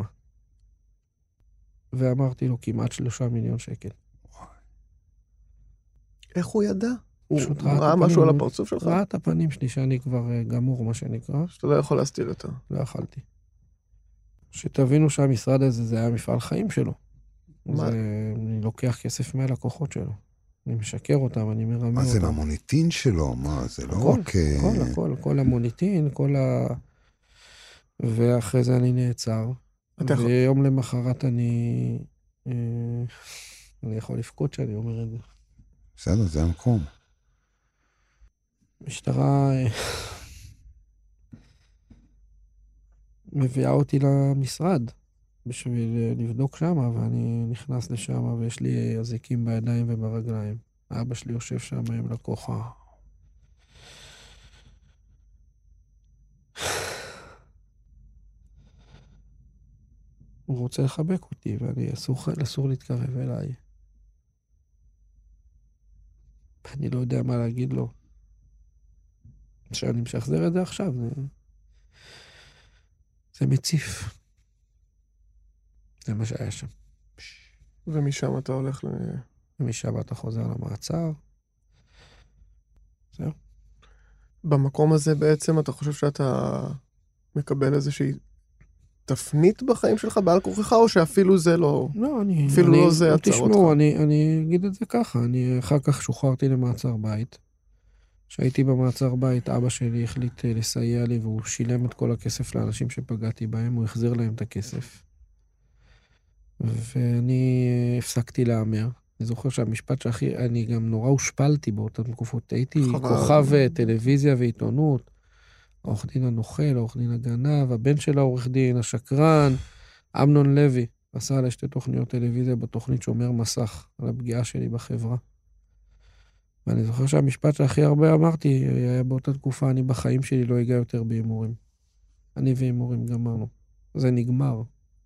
ואמרתי לו, כמעט 3 מיליון שקל. איך הוא ידע? הוא פשוט ראה משהו על הפרצוף שלך? ראה את הפנים שלי שאני כבר גמור, מה שנקרא. שאתה לא יכול להסתיר אותו. לא יכלתי. שתבינו שהמשרד הזה, זה היה מפעל חיים שלו. אני לוקח כסף מהלקוחות שלו. אני משקר אותם, אני מרמה אותם. מה זה המוניטין שלו? מה, זה לא רק... כל המוניטין, ואחרי זה אני נעצר. ויום למחרת אני יכול לפקוד שאני אומר את זה. בסדר, זה המקום. משטרה מביאה אותי למשרד בשביל לבדוק שם, ואני נכנס לשם ויש לי אזיקים בידיים וברגליים. אבא שלי יושב שם עם לקוחה. הוא רוצה לחבק אותי, ואני אסור להתקרב אליי. אני לא יודע מה להגיד לו. שאני משחזר את זה עכשיו, זה מציף. זה מה שהיה שם. ומשם אתה הולך ומשם אתה חוזר למעצר. זהו. במקום הזה בעצם אתה חושב שאתה מקבל איזושהי תפנית בחיים שלך בעל כורכך, או שאפילו זה לא... לא, אפילו לא זה עצר אותך. תשמעו, אני אגיד את זה ככה. אני אחר כך שוחררתי למעצר בית. כשהייתי במעצר בית, אבא שלי החליט לסייע לי, והוא שילם את כל הכסף לאנשים שפגעתי בהם, הוא החזיר להם את הכסף. ואני הפסקתי לאמר. אני זוכר שהמשפט שהכי... אני גם נורא הושפלתי באותן תקופות. הייתי כוכב טלוויזיה ועיתונות. העורך דין הנוכל, העורך דין הגנב, הבן של העורך דין, השקרן, אמנון לוי, עשה עלי 2 תוכניות טלוויזיה בתוכנית שומר מסך, על הפגיעה שלי בחברה. ואני זוכר שהמשפט שהכי הרבה אמרתי, היה באותה תקופה, אני בחיים שלי לא אגע יותר בהימורים. אני והימורים גמרנו. זה נגמר.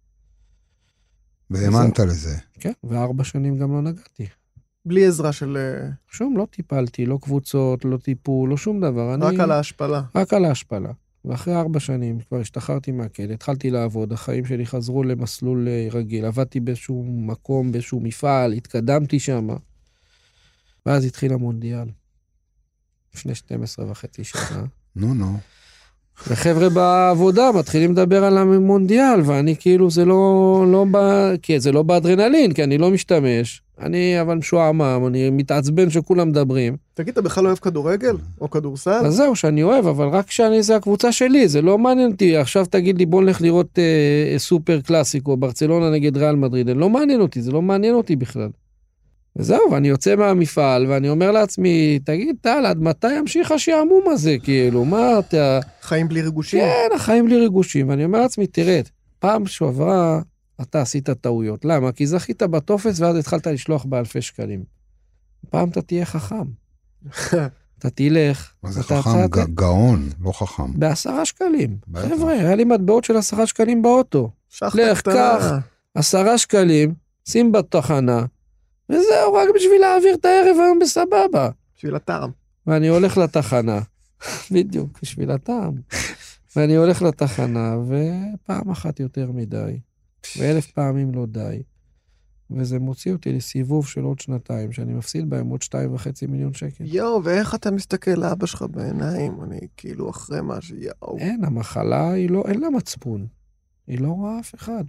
והאמנת לזה. כן, ו4 שנים גם לא נגעתי. בלי עזרה של... שום, לא טיפלתי, לא קבוצות, לא טיפול, לא שום דבר. רק על ההשפלה. רק על ההשפלה. ואחרי 4 שנים כבר השתחררתי מהכלא, התחלתי לעבוד, החיים שלי חזרו למסלול רגיל, עבדתי באיזשהו מקום, באיזשהו מפעל, התקדמתי שם, ואז התחיל המונדיאל. לפני 12.5 שנה. נו. וחבר'ה בעבודה מתחילים לדבר על המונדיאל, ואני כאילו זה לא כי זה לא באדרנלין, כי אני לא משתמש. אני אבל משועמם, אני מתעצבן שכולם מדברים. תגיד, אתה בכלל לא אוהב כדורגל או כדורסל? אז זהו, שאני אוהב, אבל רק כשאני, זה הקבוצה שלי, זה לא מעניין אותי. עכשיו תגיד לי, בוא נלך לראות סופר קלאסיקו, ברצלונה נגד ריאל מדריד, לא מעניין אותי, זה לא מעניין אותי בכלל. וזהו, ואני יוצא מהמפעל, ואני אומר לעצמי, תגיד, טל, עד מתי ימשיך השעמום הזה, כאילו, מה אתה... חיים בלי ריגושים? כן, החיים בלי ריגושים, ואני אומר לעצמי, תראה, פעם שעברה, אתה עשית טעויות. למה? כי זכית בטופס, ואז התחלת לשלוח באלפי שקלים. פעם אתה תהיה חכם. אתה תלך. מה זה חכם? גאון, לא חכם. ב10 שקלים. חבר'ה, היה לי מטבעות של 10 שקלים באוטו. לך, קח 10 שקלים, שים בתחנה, וזהו, רק בשביל להעביר את הערב היום בסבבה. בשביל הטעם. ואני הולך לתחנה. בדיוק, בשביל הטעם. ואני הולך לתחנה, ופעם אחת יותר מדי, ו1000 פעמים לא די. וזה מוציא אותי לסיבוב של עוד 2, שאני מפסיד בהם עוד 2.5 מיליון שקל. יואו, ואיך אתה מסתכל לאבא שלך בעיניים? אני כאילו אחרי מה יואו. אין, המחלה היא לא, אין לה מצפון. היא לא רואה אף אחד.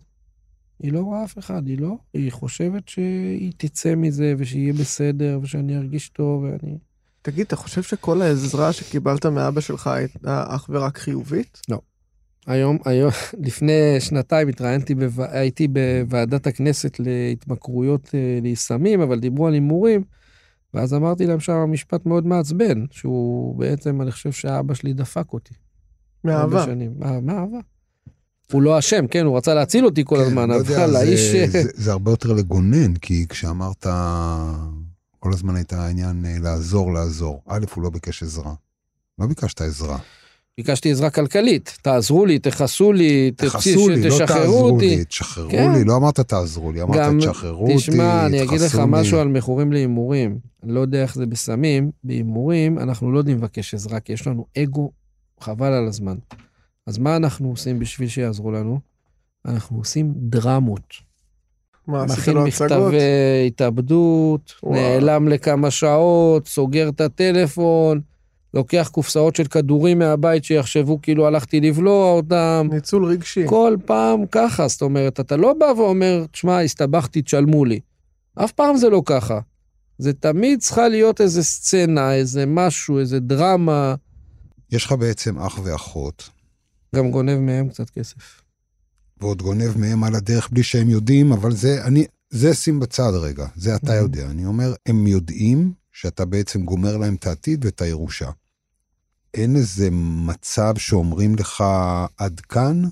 היא חושבת שהיא תצא מזה, ושיהיה בסדר, ושאני ארגיש טוב, ואני... תגיד, אתה חושב שכל העזרה שקיבלת מאבא שלך הייתה אך ורק חיובית? לא. היום, לפני 2 הייתי בוועדת הכנסת להתמכרויות לסמים, אבל דיברו על הימורים, ואז אמרתי להם שם משפט מאוד מעצבן, שהוא בעצם, אני חושב שהאבא שלי דפק אותי. מאהבה. מאהבה. הוא לא אשם, כן, הוא רצה להציל אותי כל הזמן, אבל האיש... זה הרבה יותר לגונן, כי כשאמרת, כל הזמן הייתה העניין לעזור. א', הוא לא ביקש עזרה. לא ביקשת עזרה. ביקשתי עזרה כלכלית, תעזרו לי, תחסו לי, תשחררו אותי. תשחררו לי, לא אמרת תעזרו לי, אמרת תשחררו אותי, תשמע, אני אגיד לך משהו על מכורים להימורים, אני לא יודע איך זה בסמים, בהימורים אנחנו לא יודעים לבקש עזרה, כי יש לנו אגו חבל על הזמן. אז מה אנחנו עושים בשביל שיעזרו לנו? אנחנו עושים דרמות. מכין מכתבי התאבדות, נעלם לכמה שעות, סוגר את הטלפון, לוקח קופסאות של כדורים מהבית שיחשבו כאילו הלכתי לבלוע אותם. ניצול רגשי. כל פעם ככה, זאת אומרת, אתה לא בא ואומר, תשמע, הסתבכתי, תשלמו לי. אף פעם זה לא ככה. זה תמיד צריכה להיות איזה סצנה, איזה משהו, איזה דרמה. יש לך בעצם אח ואחות. גם גונב מהם קצת כסף. ועוד גונב מהם על הדרך בלי שהם יודעים, אבל זה שים בצד רגע, זה אתה יודע. אני אומר, הם יודעים שאתה בעצם גומר להם את העתיד ואת הירושה. אין איזה מצב שאומרים לך עד כאן?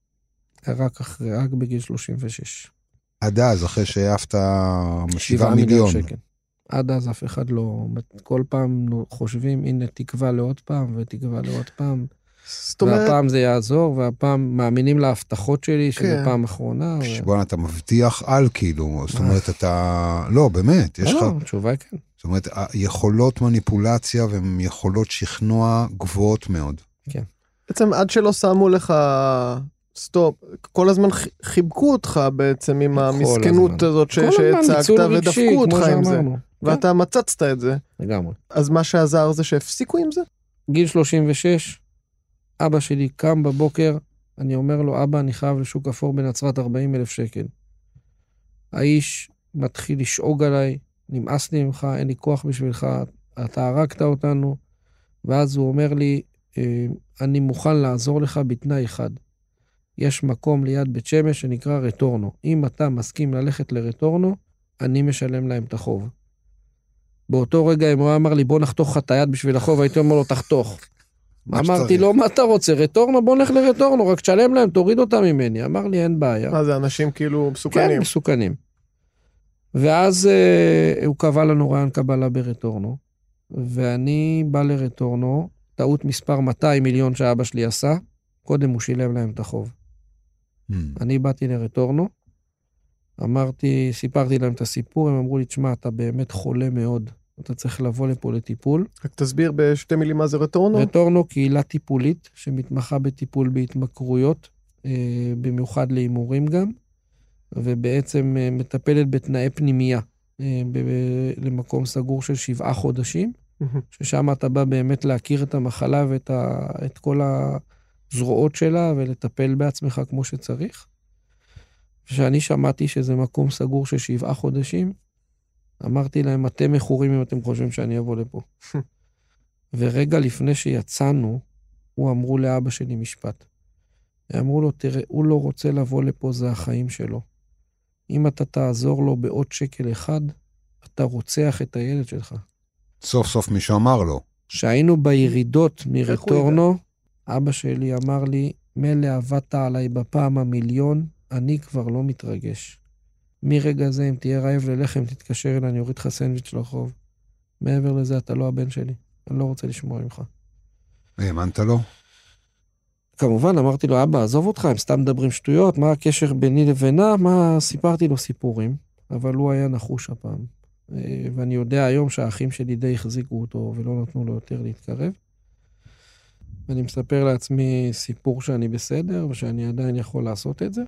רק בגיל 36. עד אז, אחרי שהעפת 7 מיליון. שקל. עד אז אף אחד לא, כל פעם חושבים, הנה תקווה לעוד פעם, ותקווה לעוד פעם. והפעם זה יעזור, והפעם מאמינים להבטחות שלי, שזה פעם אחרונה. שבואנה, אתה מבטיח על כאילו, זאת אומרת, אתה... לא, באמת, יש לך... לא, תשובה כן. זאת אומרת, יכולות מניפולציה והן יכולות שכנוע גבוהות מאוד. כן. בעצם עד שלא שמו לך סטופ, כל הזמן חיבקו אותך בעצם עם המסכנות הזאת שהצגת ודפקו אותך עם זה. ואתה מצצת את זה. לגמרי. אז מה שעזר זה שהפסיקו עם זה? גיל 36, אבא שלי קם בבוקר, אני אומר לו, אבא, אני חייב לשוק אפור בנצרת 40,000 שקל. האיש מתחיל לשאוג עליי, נמאס לי ממך, אין לי כוח בשבילך, אתה הרגת אותנו, ואז הוא אומר לי, אני מוכן לעזור לך בתנאי אחד. יש מקום ליד בית שמש שנקרא רטורנו. אם אתה מסכים ללכת לרטורנו, אני משלם להם את החוב. באותו רגע אם הוא אמר לי, בוא נחתוך לך את היד בשביל החוב, הייתי אומר לו, תחתוך. אמרתי לו, מה אתה רוצה? רטורנו? בוא נלך לרטורנו, רק תשלם להם, תוריד אותם ממני. אמר לי, אין בעיה. מה זה, אנשים כאילו מסוכנים? כן, מסוכנים. ואז הוא קבע לנו רעיון קבלה ברטורנו, ואני בא לרטורנו, טעות מספר 200 מיליון שאבא שלי עשה, קודם הוא שילם להם את החוב. אני באתי לרטורנו, סיפרתי להם את הסיפור, הם אמרו לי, תשמע, אתה באמת חולה מאוד, אתה צריך לבוא לפה לטיפול. רק תסביר בשתי מילים מה זה רטורנו? רטורנו קהילה טיפולית, שמתמחה בטיפול בהתמכרויות, במיוחד להימורים גם, ובעצם מטפלת בתנאי פנימייה, למקום סגור של 7 חודשים, ששם אתה בא באמת להכיר את המחלה ואת כל הזרועות שלה, ולטפל בעצמך כמו שצריך. כשאני שמעתי שזה מקום סגור של 7 חודשים, אמרתי להם, אתם מכורים אם אתם חושבים שאני אבוא לפה. ורגע לפני שיצאנו, הוא אמרו לאבא שלי משפט. אמרו לו, תראה, הוא לא רוצה לבוא לפה, זה החיים שלו. אם אתה תעזור לו בעוד שקל אחד, אתה רוצח את הילד שלך. סוף סוף מישהו אמר לו. כשהיינו בירידות מרטורנו, אבא שלי אמר לי, מלא עבדת עליי בפעם המיליון, אני כבר לא מתרגש. מרגע זה, אם תהיה רעב ללחם, תתקשר אליי, אני אוריד לך סנדוויץ' לרחוב. מעבר לזה, אתה לא הבן שלי. אני לא רוצה לשמוע ממך. האמנת לו? כמובן, אמרתי לו, אבא, עזוב אותך, הם סתם מדברים שטויות, מה הקשר ביני לבינה, סיפרתי לו סיפורים, אבל הוא היה נחוש הפעם. ואני יודע היום שהאחים שלי די החזיקו אותו, ולא נתנו לו יותר להתקרב. אני מספר לעצמי סיפור שאני בסדר, ושאני עדיין יכול לעשות את זה.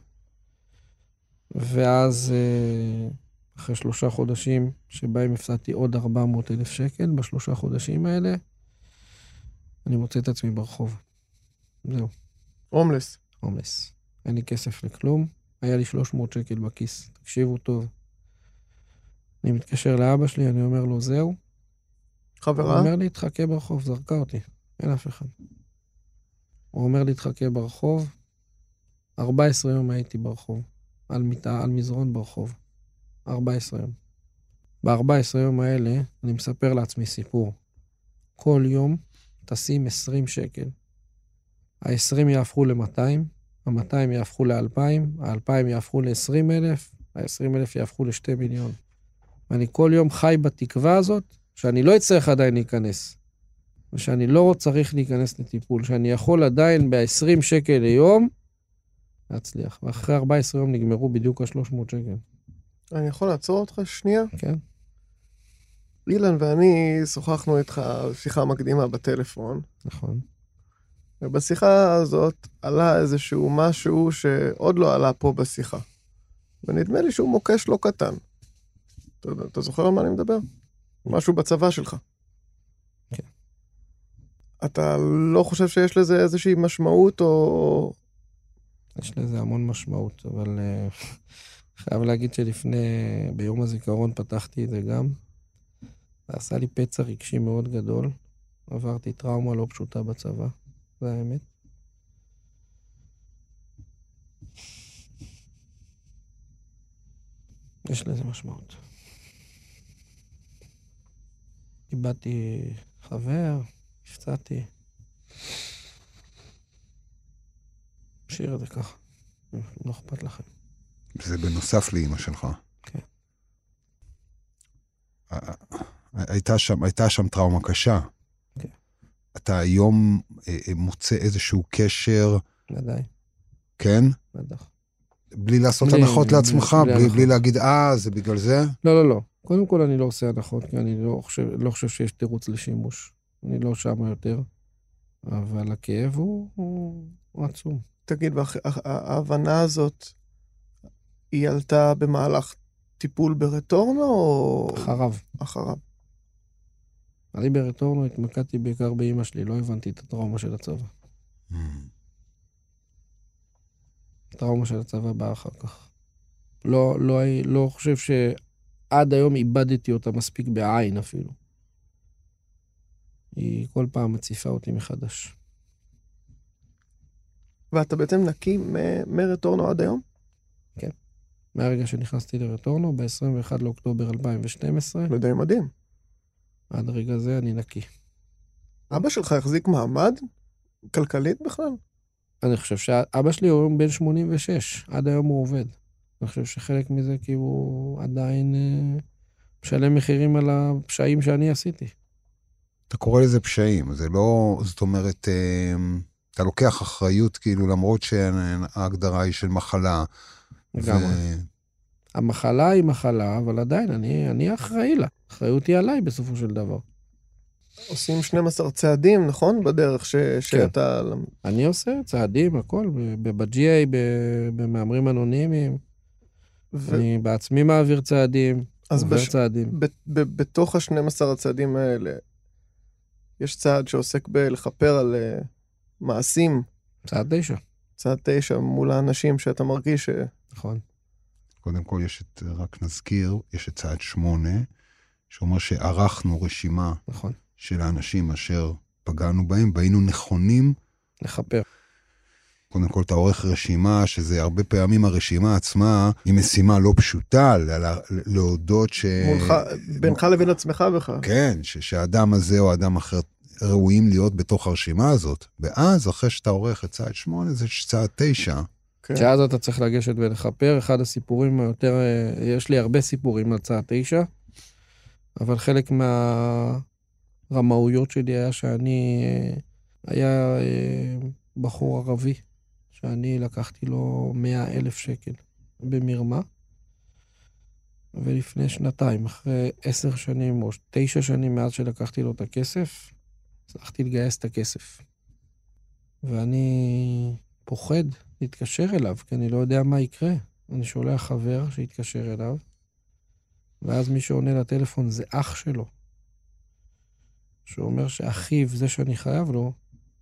ואז, אחרי 3 חודשים, שבהם הפסדתי עוד 400,000 שקל, ב3 חודשים האלה, אני מוצא את עצמי ברחוב. זהו. הומלס. הומלס. אין לי כסף לכלום. היה לי 300 שקל בכיס. תקשיבו טוב. אני מתקשר לאבא שלי, אני אומר לו, זהו. חברה? הוא אומר לי, תחכה ברחוב, זרקה אותי. אין אף אחד. הוא אומר לי, תחכה ברחוב. 14 יום הייתי ברחוב. על מיטה, על מזרון ברחוב. 14 יום. ב-14 יום האלה, אני מספר לעצמי סיפור. כל יום תשים 20 שקל. ה-20 יהפכו ל-200, ה-200 יהפכו ל-2,000, ה-2,000 יהפכו ל-20,000, ה-20,000 יהפכו ל2 מיליון. ואני כל יום חי בתקווה הזאת, שאני לא אצטרך עדיין להיכנס. ושאני לא צריך להיכנס לטיפול, שאני יכול עדיין ב-20 שקל ליום, להצליח. ואחרי 14 יום נגמרו בדיוק ה-300 שקל. אני יכול לעצור אותך שנייה? כן. אילן ואני שוחחנו איתך שיחה מקדימה בטלפון. נכון. ובשיחה הזאת עלה איזשהו משהו שעוד לא עלה פה בשיחה. ונדמה לי שהוא מוקש לא קטן. אתה זוכר על מה אני מדבר? משהו בצבא שלך. כן. אתה לא חושב שיש לזה איזושהי משמעות או... יש לזה המון משמעות, אבל חייב להגיד ביום הזיכרון פתחתי את זה גם. זה עשה לי פצע רגשי מאוד גדול. עברתי טראומה לא פשוטה בצבא, זה האמת. יש לזה משמעות. איבדתי חבר, הפצעתי. שיר את זה ככה, לא אכפת לכם. זה בנוסף לאמא שלך. כן. הייתה שם טראומה קשה. כן. אתה היום מוצא איזשהו קשר... ודאי. כן? בטח. בלי לעשות הנחות לעצמך, בלי להגיד, זה בגלל זה? לא, לא, לא. קודם כל אני לא עושה הנחות, כי אני לא חושב שיש תירוץ לשימוש. אני לא שם יותר. אבל הכאב הוא עצום. תגיד, ההבנה הזאת, היא עלתה במהלך טיפול ברטורנו או... אחריו. אני ברטורנו התמקדתי בעיקר באמא שלי, לא הבנתי את הטראומה של הצבא. הטראומה של הצבא באה אחר כך. לא חושב שעד היום איבדתי אותה מספיק בעין אפילו. היא כל פעם מציפה אותי מחדש. ואתה בעצם נקי מרטורנו עד היום? כן. מהרגע שנכנסתי לרטורנו, ב-21 לאוקטובר 2012. זה די מדהים. עד הרגע זה אני נקי. אבא שלך החזיק מעמד? כלכלית בכלל? אני חושב שאבא שלי הוא בן 86, עד היום הוא עובד. אני חושב שחלק מזה כי הוא עדיין משלם מחירים על הפשעים שאני עשיתי. אתה קורא לזה פשעים, זה לא, זאת אומרת, אתה לוקח אחריות כאילו, למרות שההגדרה היא של מחלה. לגמרי. המחלה היא מחלה, אבל עדיין אני אחראי לה. האחריות היא עליי בסופו של דבר. עושים 12 צעדים, נכון? בדרך שאתה... אני עושה צעדים, הכל, ב-GA, במאמרים אנונימיים. אני בעצמי מעביר צעדים, עובר צעדים. בתוך ה-12 הצעדים האלה, יש צעד שעוסק בלכפר על מעשים. צעד 9. צעד 9 מול האנשים שאתה מרגיש ש... נכון. קודם כל, רק נזכיר, יש את צעד 8, שאומר שערכנו רשימה נכון. של האנשים אשר פגענו בהם, והיינו נכונים לחפר. קודם כל, אתה עורך רשימה, שזה הרבה פעמים הרשימה עצמה, היא משימה לא פשוטה, להודות בינך לבין עצמך בכלל. כן, שהאדם הזה או האדם אחר ראויים להיות בתוך הרשימה הזאת. ואז, אחרי שאתה עורך את צעד 8, זה צעד 9. שאז אתה צריך לגשת ולחפר. אחד הסיפורים היותר... יש לי הרבה סיפורים על צעד 9, אבל חלק מהרמאויות שלי היה שאני... היה בחור ערבי, שאני לקחתי לו 100,000 שקל במרמה, ולפני 2 אחרי 10 שנים או 9 שנים מאז שלקחתי לו את הכסף, הצלחתי לגייס את הכסף. ואני פוחד להתקשר אליו, כי אני לא יודע מה יקרה. אני שולח חבר שיתקשר אליו, ואז מי שעונה לטלפון זה אח שלו, שאומר שאחיו, זה שאני חייב לו,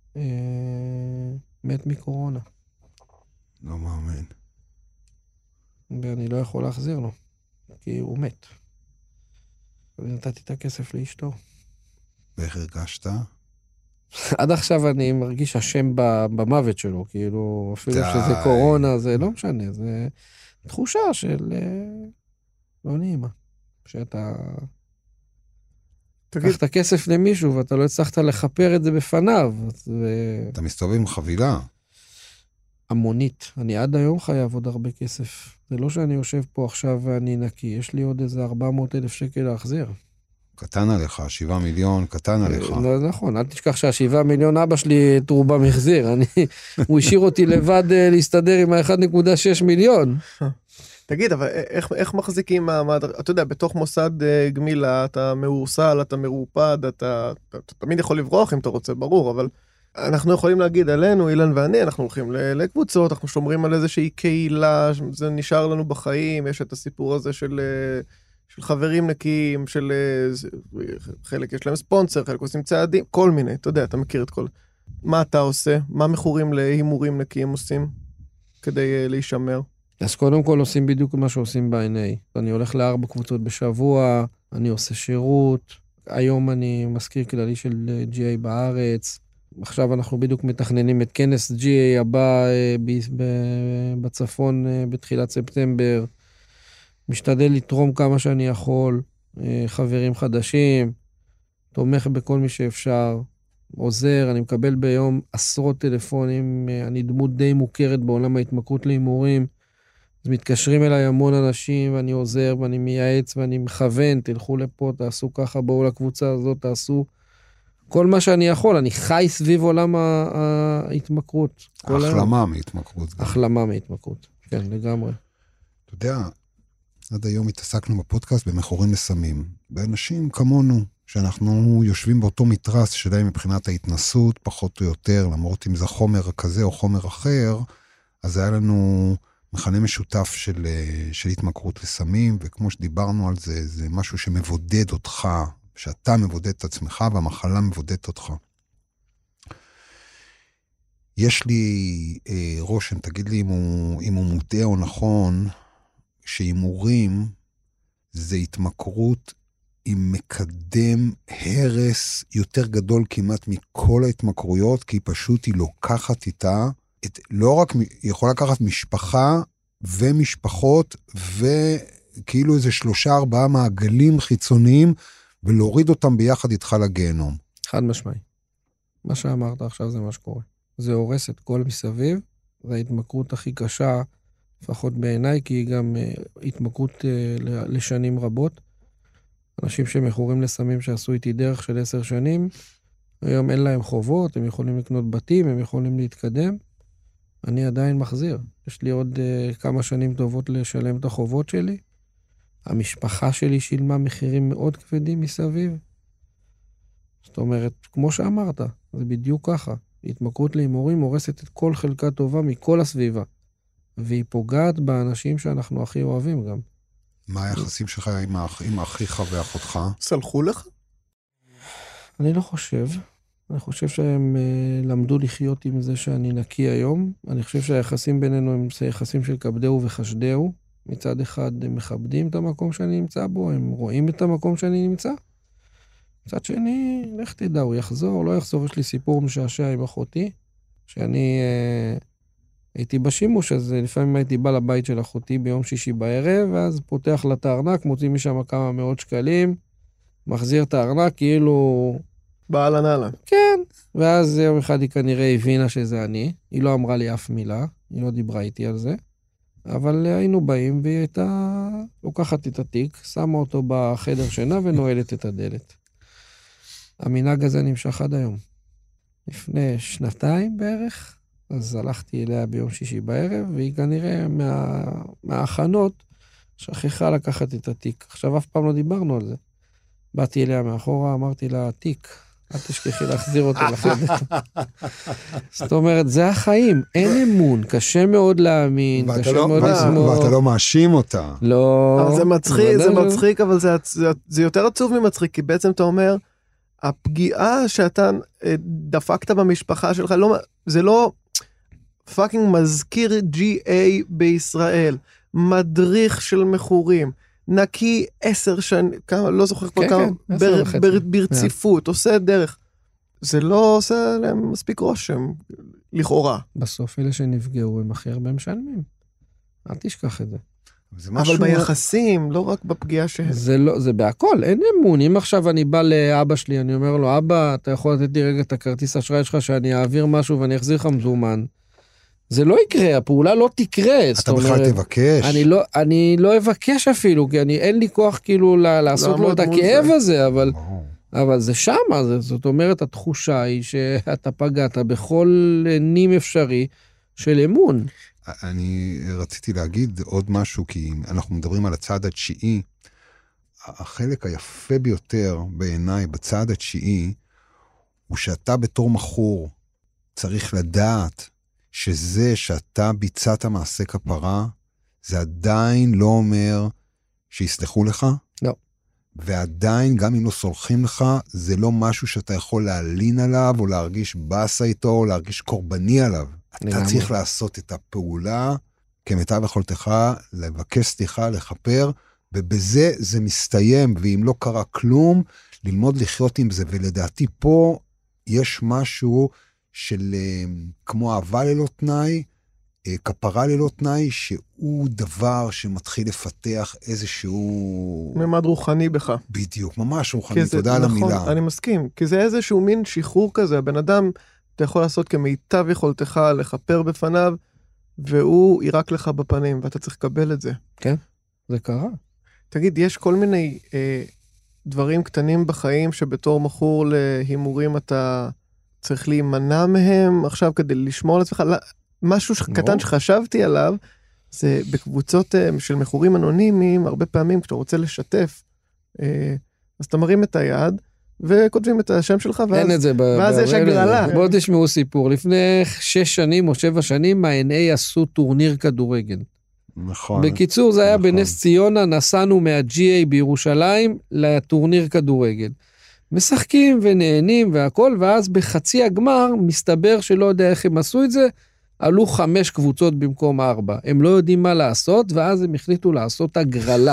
מת מקורונה. לא מאמין. ואני לא יכול להחזיר לו, כי הוא מת. אני נתתי את הכסף לאשתו. ואיך הרגשת? עד עכשיו אני מרגיש אשם במוות שלו, כאילו, אפילו די. שזה קורונה, זה לא משנה, זה תחושה של לא נעימה. שאתה תגיד, קח את הכסף למישהו, ואתה לא הצלחת לחפר את זה בפניו. אתה מסתובב עם חבילה. המונית. אני עד היום חייב עוד הרבה כסף. זה לא שאני יושב פה עכשיו ואני נקי, יש לי עוד איזה 400,000 שקל להחזיר. קטן עליך, 7 מיליון, קטן עליך. לא נכון, אל תשכח שה7 מיליון אבא שלי את רובם החזיר. הוא השאיר אותי לבד להסתדר עם ה1.6 מיליון. תגיד, אבל איך מחזיקים מעמד, אתה יודע, בתוך מוסד גמילה, אתה מאורסל, אתה מרופד, אתה תמיד יכול לברוח אם אתה רוצה, ברור, אבל אנחנו יכולים להגיד עלינו, אילן ואני, אנחנו הולכים לקבוצות, אנחנו שומרים על איזושהי קהילה, זה נשאר לנו בחיים, יש את הסיפור הזה של חברים נקיים, של חלק יש להם ספונסר, חלק עושים צעדים, כל מיני, אתה יודע, אתה מכיר את כל. מה אתה עושה? מה מכורים להימורים נקיים עושים כדי להישמר? אז קודם כל עושים בדיוק מה שעושים ב-NA. אני הולך ל4 קבוצות בשבוע, אני עושה שירות, היום אני מזכיר כללי של GA בארץ, עכשיו אנחנו בדיוק מתכננים את כנס GA הבא בצפון בתחילת ספטמבר, משתדל לתרום כמה שאני יכול, חברים חדשים, תומך בכל מי שאפשר, עוזר, אני מקבל ביום עשרות טלפונים, אני דמות די מוכרת בעולם ההתמכרות להימורים, אז מתקשרים אליי המון אנשים, ואני עוזר, ואני מייעץ, ואני מכוון, תלכו לפה, תעשו ככה, בואו לקבוצה הזאת, תעשו כל מה שאני יכול, אני חי סביב עולם ההתמכרות. החלמה מהתמכרות. החלמה מהתמכרות, כן, לגמרי. אתה יודע, עד היום התעסקנו בפודקאסט במכורים לסמים, באנשים כמונו, שאנחנו יושבים באותו מתרס שלהם מבחינת ההתנסות, פחות או יותר, למרות אם זה חומר כזה או חומר אחר, אז היה לנו מכנה משותף של התמכרות לסמים, וכמו שדיברנו על זה, זה משהו שמבודד אותך, שאתה מבודד את עצמך, והמחלה מבודדת אותך. יש לי רושם, תגיד לי אם הוא מוטעה או נכון, שהימורים זה התמכרות עם מקדם הרס יותר גדול כמעט מכל ההתמכרויות, כי פשוט היא לוקחת איתה, לא רק, היא יכולה לקחת משפחה ומשפחות, וכאילו איזה 3-4 מעגלים חיצוניים, ולהוריד אותם ביחד איתך לגיהנום. חד משמעי. מה שאמרת עכשיו זה מה שקורה. זה הורס את כל מסביב, זה ההתמכרות הכי קשה, לפחות בעיניי, כי היא גם התמכרות לשנים רבות. אנשים שמכורים לסמים שעשו איתי דרך של 10 שנים, היום אין להם חובות, הם יכולים לקנות בתים, הם יכולים להתקדם. אני עדיין מחזיר. יש לי עוד כמה שנים טובות לשלם את החובות שלי. המשפחה שלי שילמה מחירים מאוד כבדים מסביב. זאת אומרת, כמו שאמרת, זה בדיוק ככה. התמכרות להימורים הורסת את כל חלקה טובה מכל הסביבה. והיא פוגעת באנשים שאנחנו הכי אוהבים גם. מה היחסים שלך עם אחיך ואחותך? סלחו לך? אני לא חושב. אני חושב שהם למדו לחיות עם זה שאני נקי היום. אני חושב שהיחסים בינינו הם יחסים של כבדהו וחשדהו. מצד אחד הם מכבדים את המקום שאני נמצא בו, הם רואים את המקום שאני נמצא. מצד שני, לך תדע, הוא יחזור, לא יחזור. יש לי סיפור משעשע עם אחותי, שאני הייתי בשימוש, אז לפעמים הייתי בא לבית של אחותי ביום שישי בערב, ואז פותח לה את הארנק, מוציא משם כמה מאות שקלים, מחזיר את הארנק, כאילו... בעלן אהלן. כן. ואז יום אחד היא כנראה הבינה שזה אני, היא לא אמרה לי אף מילה, היא לא דיברה איתי על זה, אבל היינו באים והיא הייתה לוקחת את התיק, שמה אותו בחדר שינה ונועלת את הדלת. המנהג הזה נמשך עד היום. לפני 2 בערך, אז הלכתי אליה ביום שישי בערב, והיא כנראה מההכנות שכחה לקחת את התיק. עכשיו אף פעם לא דיברנו על זה. באתי אליה מאחורה, אמרתי לה, תיק. אל תשכחי להחזיר אותו לחדר. זאת אומרת, זה החיים, אין אמון, קשה מאוד להאמין, קשה מאוד לסמוך. ואתה לא מאשים אותה. לא. אבל זה מצחיק, אבל זה יותר עצוב ממצחיק, כי בעצם אתה אומר, הפגיעה שאתה דפקת במשפחה שלך, זה לא פאקינג מזכיר GA בישראל, מדריך של מכורים, נקי 10 שנים, לא זוכר כבר כמה, ברציפות, עושה דרך. זה לא עושה להם מספיק רושם, לכאורה. בסוף אלה שנפגעו הם הכי הרבה משלמים. אל תשכח את זה. אבל ביחסים, לא רק בפגיעה שהם. זה בהכל, אין אמון. אם עכשיו אני בא לאבא שלי, אני אומר לו, אבא, אתה יכול לתת לי רגע את הכרטיס אשראי שלך, שאני אעביר משהו ואני אחזיר לך מזומן. זה לא יקרה, הפעולה לא תקרה. אתה בכלל תבקש. אני לא אבקש אפילו, כי אין לי כוח כאילו לעשות לו את הכאב הזה, אבל זה שמה, זאת אומרת, התחושה היא שאתה פגעת בכל נים אפשרי של אמון. אני רציתי להגיד עוד משהו, כי אנחנו מדברים על הצעד התשיעי. החלק היפה ביותר בעיניי בצעד התשיעי, הוא שאתה בתור מכור צריך לדעת שזה שאתה ביצעת מעשה כפרה, זה עדיין לא אומר שיסלחו לך. לא. ועדיין, גם אם לא סולחים לך, זה לא משהו שאתה יכול להלין עליו, או להרגיש בסה איתו, או להרגיש קורבני עליו. אתה צריך לעשות את הפעולה, כמיטב יכולתך, לבקש סליחה, לכפר, ובזה זה מסתיים, ואם לא קרה כלום, ללמוד לחיות עם זה, ולדעתי פה יש משהו של כמו אהבה ללא תנאי, כפרה ללא תנאי, שהוא דבר שמתחיל לפתח איזשהו... ממד רוחני בך. בדיוק, ממש רוחני, תודה על המילה. נכון, אני מסכים, כי זה איזשהו מין שחרור כזה, הבן אדם, אתה יכול לעשות כמיטב יכולתך לחפר בפניו, והוא יירק לך בפנים, ואתה צריך לקבל את זה. כן, זה קרה. תגיד, יש כל מיני דברים קטנים בחיים, שבתור מכור להימורים אתה צריך להימנע מהם, עכשיו כדי לשמור על עצמך, משהו קטן שחשבתי עליו, זה בקבוצות של מכורים אנונימיים, הרבה פעמים כשאתה רוצה לשתף, אז אתה מרים את היד, וכותבים את השם שלך, ואז יש הגרלה. בואו תשמעו סיפור, לפני 6 שנים או 7 שנים, ה-NA עשו טורניר כדורגל. נכון. בקיצור, זה היה בנס ציונה, נסענו מה-GA בירושלים, לטורניר כדורגל. משחקים ונהנים והכל, ואז בחצי הגמר, מסתבר שלא יודע איך הם עשו את זה, עלו 5 קבוצות במקום 4. הם לא יודעים מה לעשות, ואז הם החליטו לעשות הגרלה.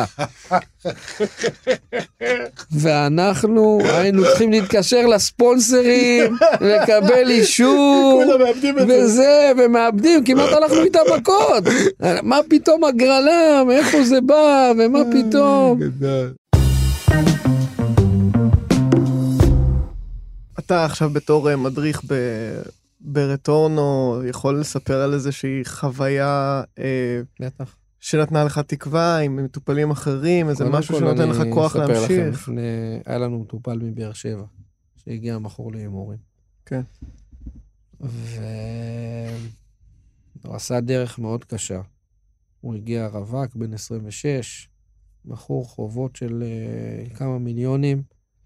ואנחנו היינו צריכים להתקשר לספונסרים, לקבל אישור, וזה, ומאבדים, כמעט הלכנו איתה בקוד. מה פתאום הגרלה, מאיפה זה בא, ומה פתאום? אתה עכשיו בתור מדריך ברטורנו, יכול לספר על איזושהי חוויה שנתנה לך תקווה עם מטופלים אחרים, איזה משהו שנותן לך כוח להמשיך? היה לנו מטופל מבאר שבע, שהגיע מכור להימורים. כן. והוא עשה דרך מאוד קשה. הוא הגיע רווק בן 26, מכור חובות של כמה מיליונים,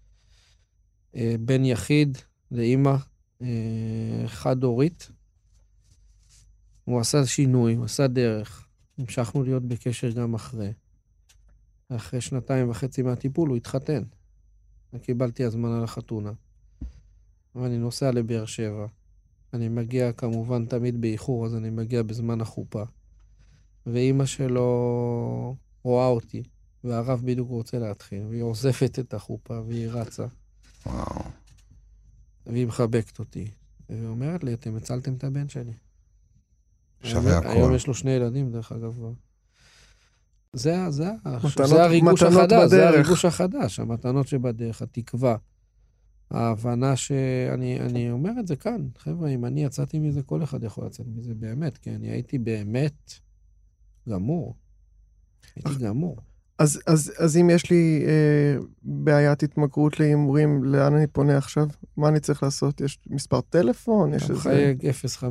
בן יחיד לאמא, חד הורית. הוא עשה שינוי, הוא עשה דרך. המשכנו להיות בקשר גם אחרי. אחרי 2.5 מהטיפול הוא התחתן. קיבלתי הזמנה לחתונה. ואני נוסע לבאר שבע. אני מגיע כמובן תמיד באיחור, אז אני מגיע בזמן החופה. ואימא שלו רואה אותי, והרב בדיוק רוצה להתחיל, והיא עוזפת את החופה, והיא רצה. וואו. והיא מחבקת אותי. והיא אומרת לי, אתם הצלתם את הבן שלי. שווה הכל. היום יש לו 2 ילדים, דרך אגב. זה הריגוש החדש, זה הריגוש החדש, המתנות שבדרך, התקווה. ההבנה שאני אומר את זה כאן. חבר'ה, אם אני יצאתי מזה, כל אחד יכול לצאת מזה באמת, כי אני הייתי באמת גמור. הייתי גמור. אז אם יש לי בעיית התמכרות להימורים, לאן אני פונה עכשיו? מה אני צריך לעשות? יש מספר טלפון? אתה מחייג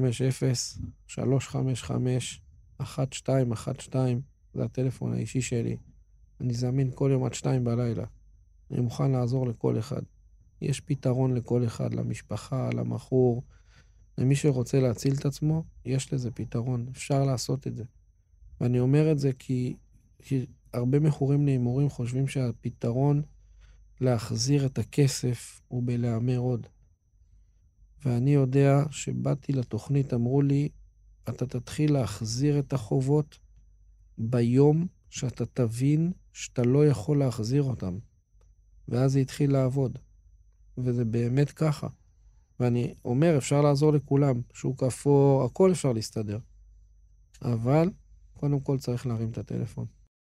050-355-1212, זה הטלפון האישי שלי. אני זמין כל יום עד 2 בלילה. אני מוכן לעזור לכל אחד. יש פתרון לכל אחד, למשפחה, למחור, למי שרוצה להציל את עצמו, יש לזה פתרון, אפשר לעשות את זה. ואני אומר את זה כי הרבה מכורים להימורים חושבים שהפתרון להחזיר את הכסף הוא בלהמר עוד. ואני יודע שבאתי לתוכנית, אמרו לי, אתה תתחיל להחזיר את החובות ביום שאתה תבין שאתה לא יכול להחזיר אותם. ואז זה התחיל לעבוד. וזה באמת ככה. ואני אומר, אפשר לעזור לכולם. שוק אפור, הכל אפשר להסתדר. אבל, קודם כל צריך להרים את הטלפון.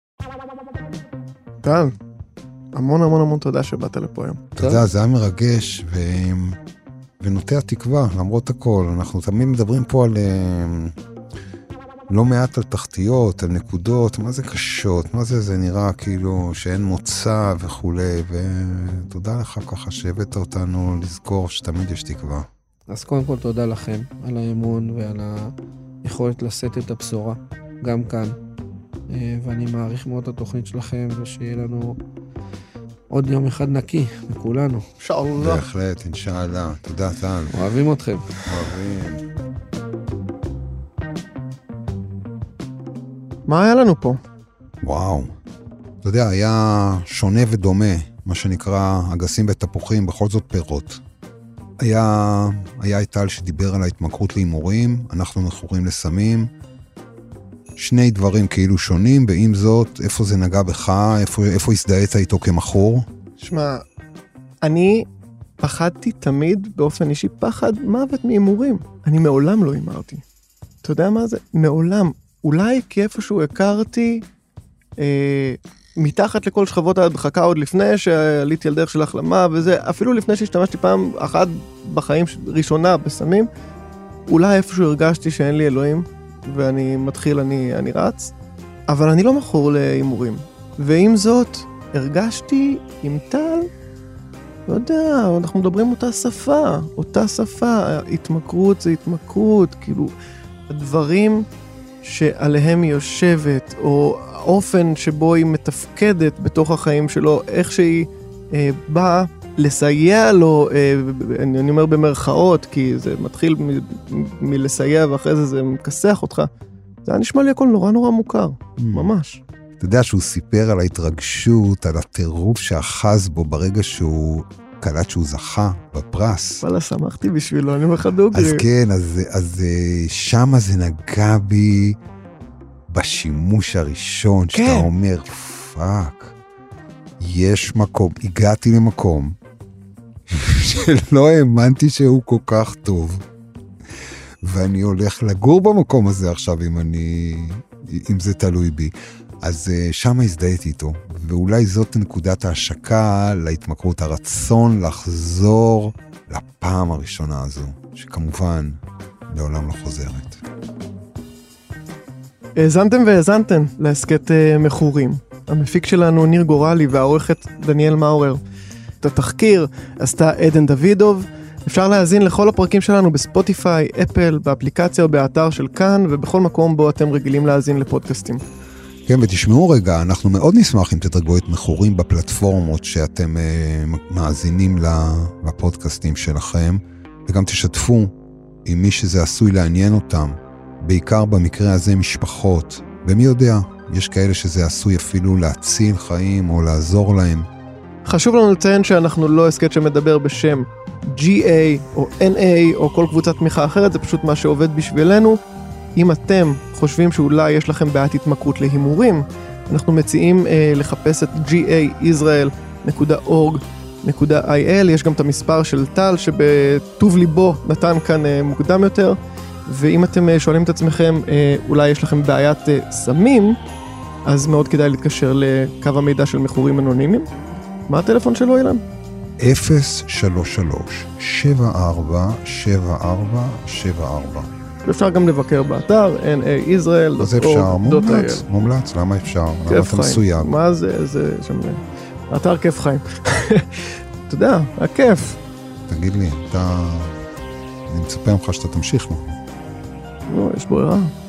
טל, המון המון המון תודה שבאת לפה היום. אתה יודע, זה היה מרגש ונוטע תקווה, למרות הכל. אנחנו תמיד מדברים פה על לא מעט על תחתיות, על נקודות, מה זה קשות, מה זה נראה כאילו שאין מוצא וכולי, ותודה לך ככה שהבאת אותנו לזכור שתמיד יש תקווה. אז קודם כל תודה לכם על האמון ועל היכולת לשאת את הבשורה, גם כאן. ואני מעריך מאוד את התוכנית שלכם, ושיהיה לנו עוד יום אחד נקי, מכולנו. אינשאללה. בהחלט, אינשאללה. תודה, טל. אוהבים אתכם. אוהבים. מה היה לנו פה? וואו. אתה יודע, היה שונה ודומה, מה שנקרא אגסים ותפוחים, בכל זאת פירות. היה טל שדיבר על ההתמכרות להימורים, אנחנו מכורים לסמים, שני דברים כאילו שונים, ועם זאת, איפה זה נגע בך, איפה הזדהית איתו כמכור? שמע, אני פחדתי תמיד באופן אישי פחד מוות מהימורים. אני מעולם לא הימרתי. אתה יודע מה זה? מעולם. אולי כי איפשהו הכרתי מתחת לכל שכבות ההדחקה עוד לפני שעליתי על דרך של החלמה, וזה אפילו לפני שהשתמשתי פעם אחת בחיים ראשונה בסמים, אולי איפשהו הרגשתי שאין לי אלוהים, ואני מתחיל, אני רץ, אבל אני לא מכור להימורים. ועם זאת, הרגשתי עם טל, לא יודע, אנחנו מדברים אותה שפה, התמכרות זה התמכרות, כאילו, הדברים שעליהם היא יושבת, או האופן שבו היא מתפקדת בתוך החיים שלו, איך שהיא באה לסייע לו, אני אומר במרכאות, כי זה מתחיל מלסייע ואחרי זה מכסח אותך, זה היה נשמע לי הכל נורא נורא מוכר, ממש. אתה יודע שהוא סיפר על ההתרגשות, על הטירוף שאחז בו ברגע שהוא קלט שהוא זכה בפרס. וואלה, שמחתי בשבילו, אני אומר לך דוגרי. אז כן, אז שמה זה נגע בי בשימוש הראשון, שאתה אומר, פאק, יש מקום, הגעתי למקום, שלא האמנתי שהוא כל כך טוב, ואני הולך לגור במקום הזה עכשיו, אם זה תלוי בי. אז שם הזדהיתי איתו, ואולי זאת נקודת ההשקה להתמכרות, הרצון לחזור לפעם הראשונה הזו, שכמובן לעולם לא חוזרת. האזנתם והאזנתן להסכת מכורים. המפיק שלנו ניר גורלי והעורכת דניאל מאורר. את התחקיר עשתה עדן דוידוב. אפשר להאזין לכל הפרקים שלנו בספוטיפיי, אפל, באפליקציה או באתר של כאן, ובכל מקום בו אתם רגילים להאזין לפודקאסטים. כן, ותשמעו רגע, אנחנו מאוד נשמח אם תתרגלו את מכורים בפלטפורמות שאתם מאזינים לפודקאסטים שלכם, וגם תשתפו עם מי שזה עשוי לעניין אותם, בעיקר במקרה הזה משפחות, ומי יודע, יש כאלה שזה עשוי אפילו להציל חיים או לעזור להם. חשוב לנו לציין שאנחנו לא הסכת שמדבר בשם GA או NA או כל קבוצת תמיכה אחרת, זה פשוט מה שעובד בשבילנו. אם אתם חושבים שאולי יש לכם בעיית התמכרות להימורים, אנחנו מציעים לחפש את gaisrael.org.il, יש גם את המספר של טל שבטוב ליבו נתן כאן מוקדם יותר, ואם אתם שואלים את עצמכם אולי יש לכם בעיית סמים, אז מאוד כדאי להתקשר לקו המידע של מכורים אנונימיים. מה הטלפון שלו, אילן? 033-747474. אפשר גם לבקר באתר, naisrael.org.il. אז אפשר, מומלץ, למה אפשר? למה אתה מסויג? מה זה שם, אתר כיף חיים. אתה יודע, הכיף. תגיד לי, אני מצפה ממך שאתה תמשיך לו. לא, יש ברירה.